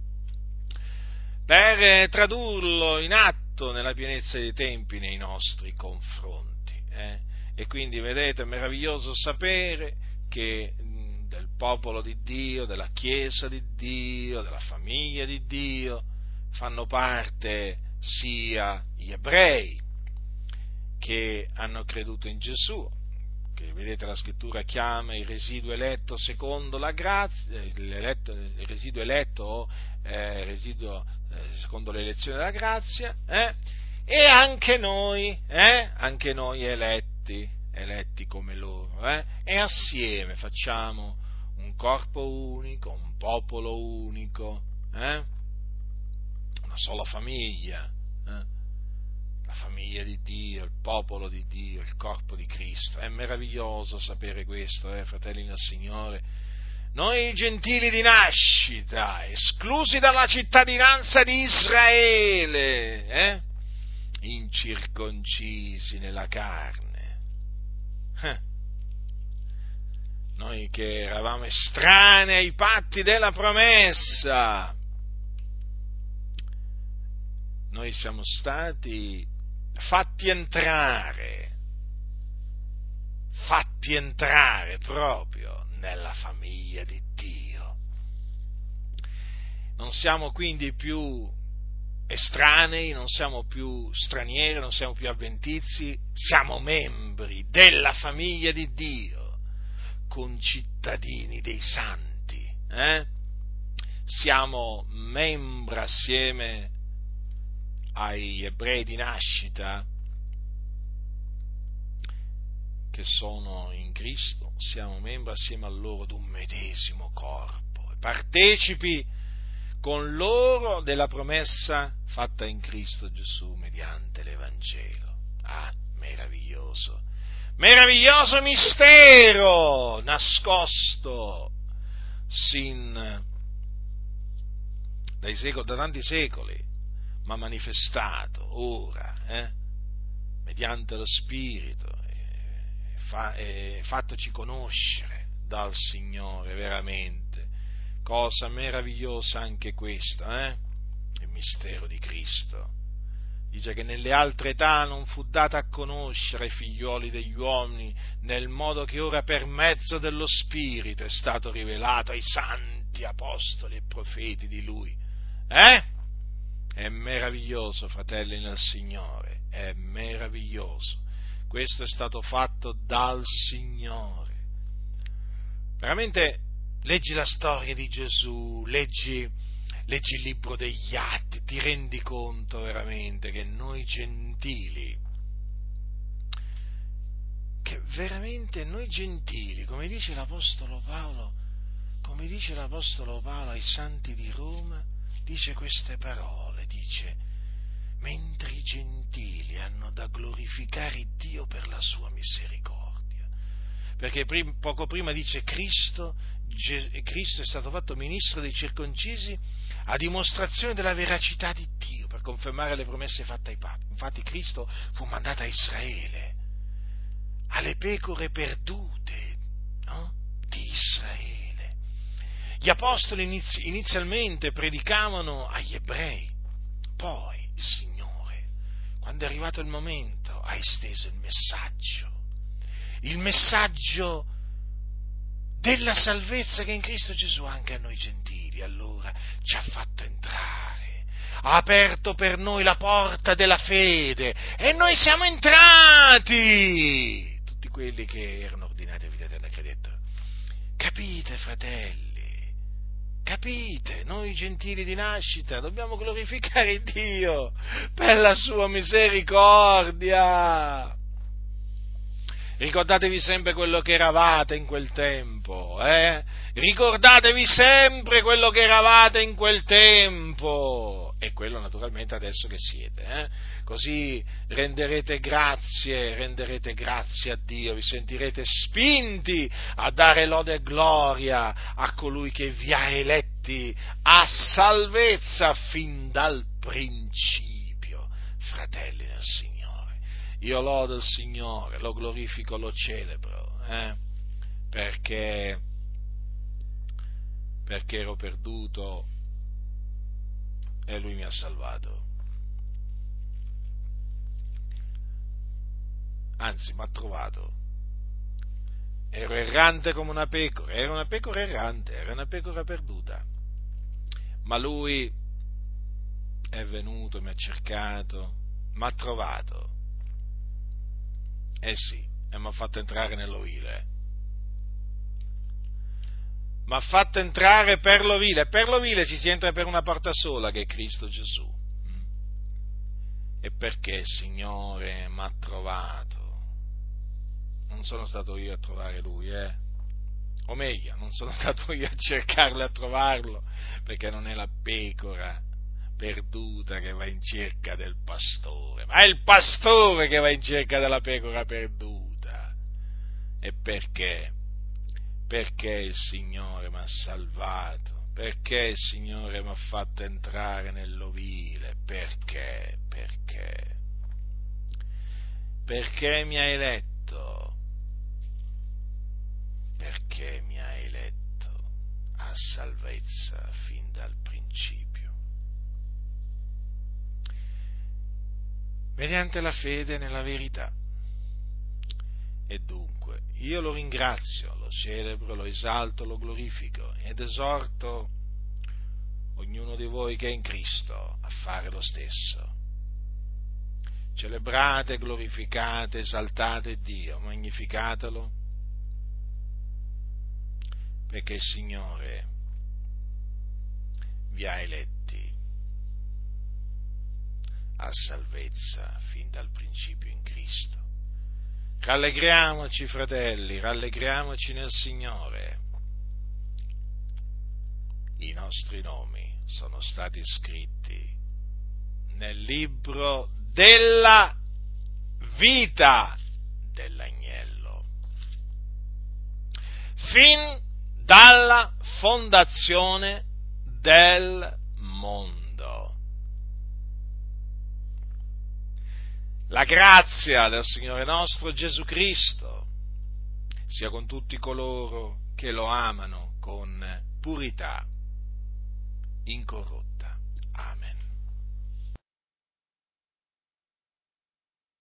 per tradurlo in atto nella pienezza dei tempi nei nostri confronti. E quindi, vedete, è meraviglioso sapere che del popolo di Dio, della Chiesa di Dio, della famiglia di Dio, fanno parte sia gli ebrei che hanno creduto in Gesù, che vedete la Scrittura chiama il residuo eletto secondo la grazia, il residuo eletto secondo l'elezione della grazia, e anche noi eletti come loro, e assieme facciamo un corpo unico, un popolo unico, una sola famiglia, la famiglia di Dio, il popolo di Dio, il corpo di Cristo. È meraviglioso sapere questo, fratelli nel Signore. Noi gentili di nascita, esclusi dalla cittadinanza di Israele, incirconcisi nella carne, noi che eravamo estranei ai patti della promessa, noi siamo stati fatti entrare proprio nella famiglia di Dio. Non siamo quindi più estranei, non siamo più stranieri, non siamo più avventizi, siamo membri della famiglia di Dio, concittadini dei santi, siamo membri assieme agli ebrei di nascita che sono in Cristo, siamo membri assieme a loro d'un medesimo corpo, partecipi con loro della promessa fatta in Cristo Gesù mediante l'Evangelo. Meraviglioso mistero nascosto da tanti secoli, ma manifestato ora, mediante lo Spirito, fattoci conoscere dal Signore, veramente. Cosa meravigliosa anche questa, il mistero di Cristo. Dice che nelle altre età non fu data a conoscere ai figlioli degli uomini, nel modo che ora per mezzo dello Spirito è stato rivelato ai santi apostoli e profeti di Lui. È meraviglioso, fratelli nel Signore, è meraviglioso. Questo è stato fatto dal Signore. Veramente, leggi la storia di Gesù, leggi il libro degli Atti, ti rendi conto veramente che noi gentili, come dice l'Apostolo Paolo ai santi di Roma, dice queste parole, dice: mentre i gentili hanno da glorificare Dio per la sua misericordia, perché poco prima dice Cristo è stato fatto ministro dei circoncisi a dimostrazione della veracità di Dio, per confermare le promesse fatte ai padri. Infatti Cristo fu mandato a Israele, alle pecore perdute, no? Di Israele. Gli apostoli inizialmente predicavano agli ebrei, poi il Signore, quando è arrivato il momento, ha esteso il messaggio della salvezza che è in Cristo Gesù anche a noi gentili. Allora ci ha fatto entrare, ha aperto per noi la porta della fede e noi siamo entrati, tutti quelli che erano ordinati a vita eterna credettero. Capite, fratelli? Capite? Noi gentili di nascita dobbiamo glorificare Dio per la sua misericordia. Ricordatevi sempre quello che eravate in quel tempo, Ricordatevi sempre quello che eravate in quel tempo, e quello naturalmente adesso che siete, Così renderete grazie a Dio, vi sentirete spinti a dare lode e gloria a colui che vi ha eletti a salvezza fin dal principio, fratelli del Signore. Io lodo il Signore, lo glorifico, lo celebro, perché ero perduto e Lui mi ha salvato. Anzi, mi ha trovato. Ero errante come una pecora, era una pecora errante, era una pecora perduta. Ma Lui è venuto, mi ha cercato, mi ha trovato. Sì, e mi ha fatto entrare nell'ovile. Mi ha fatto entrare per l'ovile, e per l'ovile ci si entra per una porta sola, che è Cristo Gesù. E perché il Signore mi ha trovato? Non sono stato io a trovare Lui, o meglio, non sono stato io a cercarlo e a trovarlo, perché non è la pecora perduta che va in cerca del pastore, ma è il pastore che va in cerca della pecora perduta. E perché? Perché il Signore mi ha salvato, perché il Signore mi ha fatto entrare nell'ovile, perché mi ha eletto, a salvezza fin dal principio. Mediante la fede nella verità. E dunque, io lo ringrazio, lo celebro, lo esalto, lo glorifico ed esorto ognuno di voi che è in Cristo a fare lo stesso. Celebrate, glorificate, esaltate Dio, magnificatelo, perché il Signore vi ha eletti a salvezza fin dal principio in Cristo. Rallegriamoci, fratelli, rallegriamoci nel Signore. I nostri nomi sono stati scritti nel libro della vita dell'Agnello, fin dalla fondazione del mondo. La grazia del Signore nostro Gesù Cristo sia con tutti coloro che che lo amano con purità incorrotta. Amen.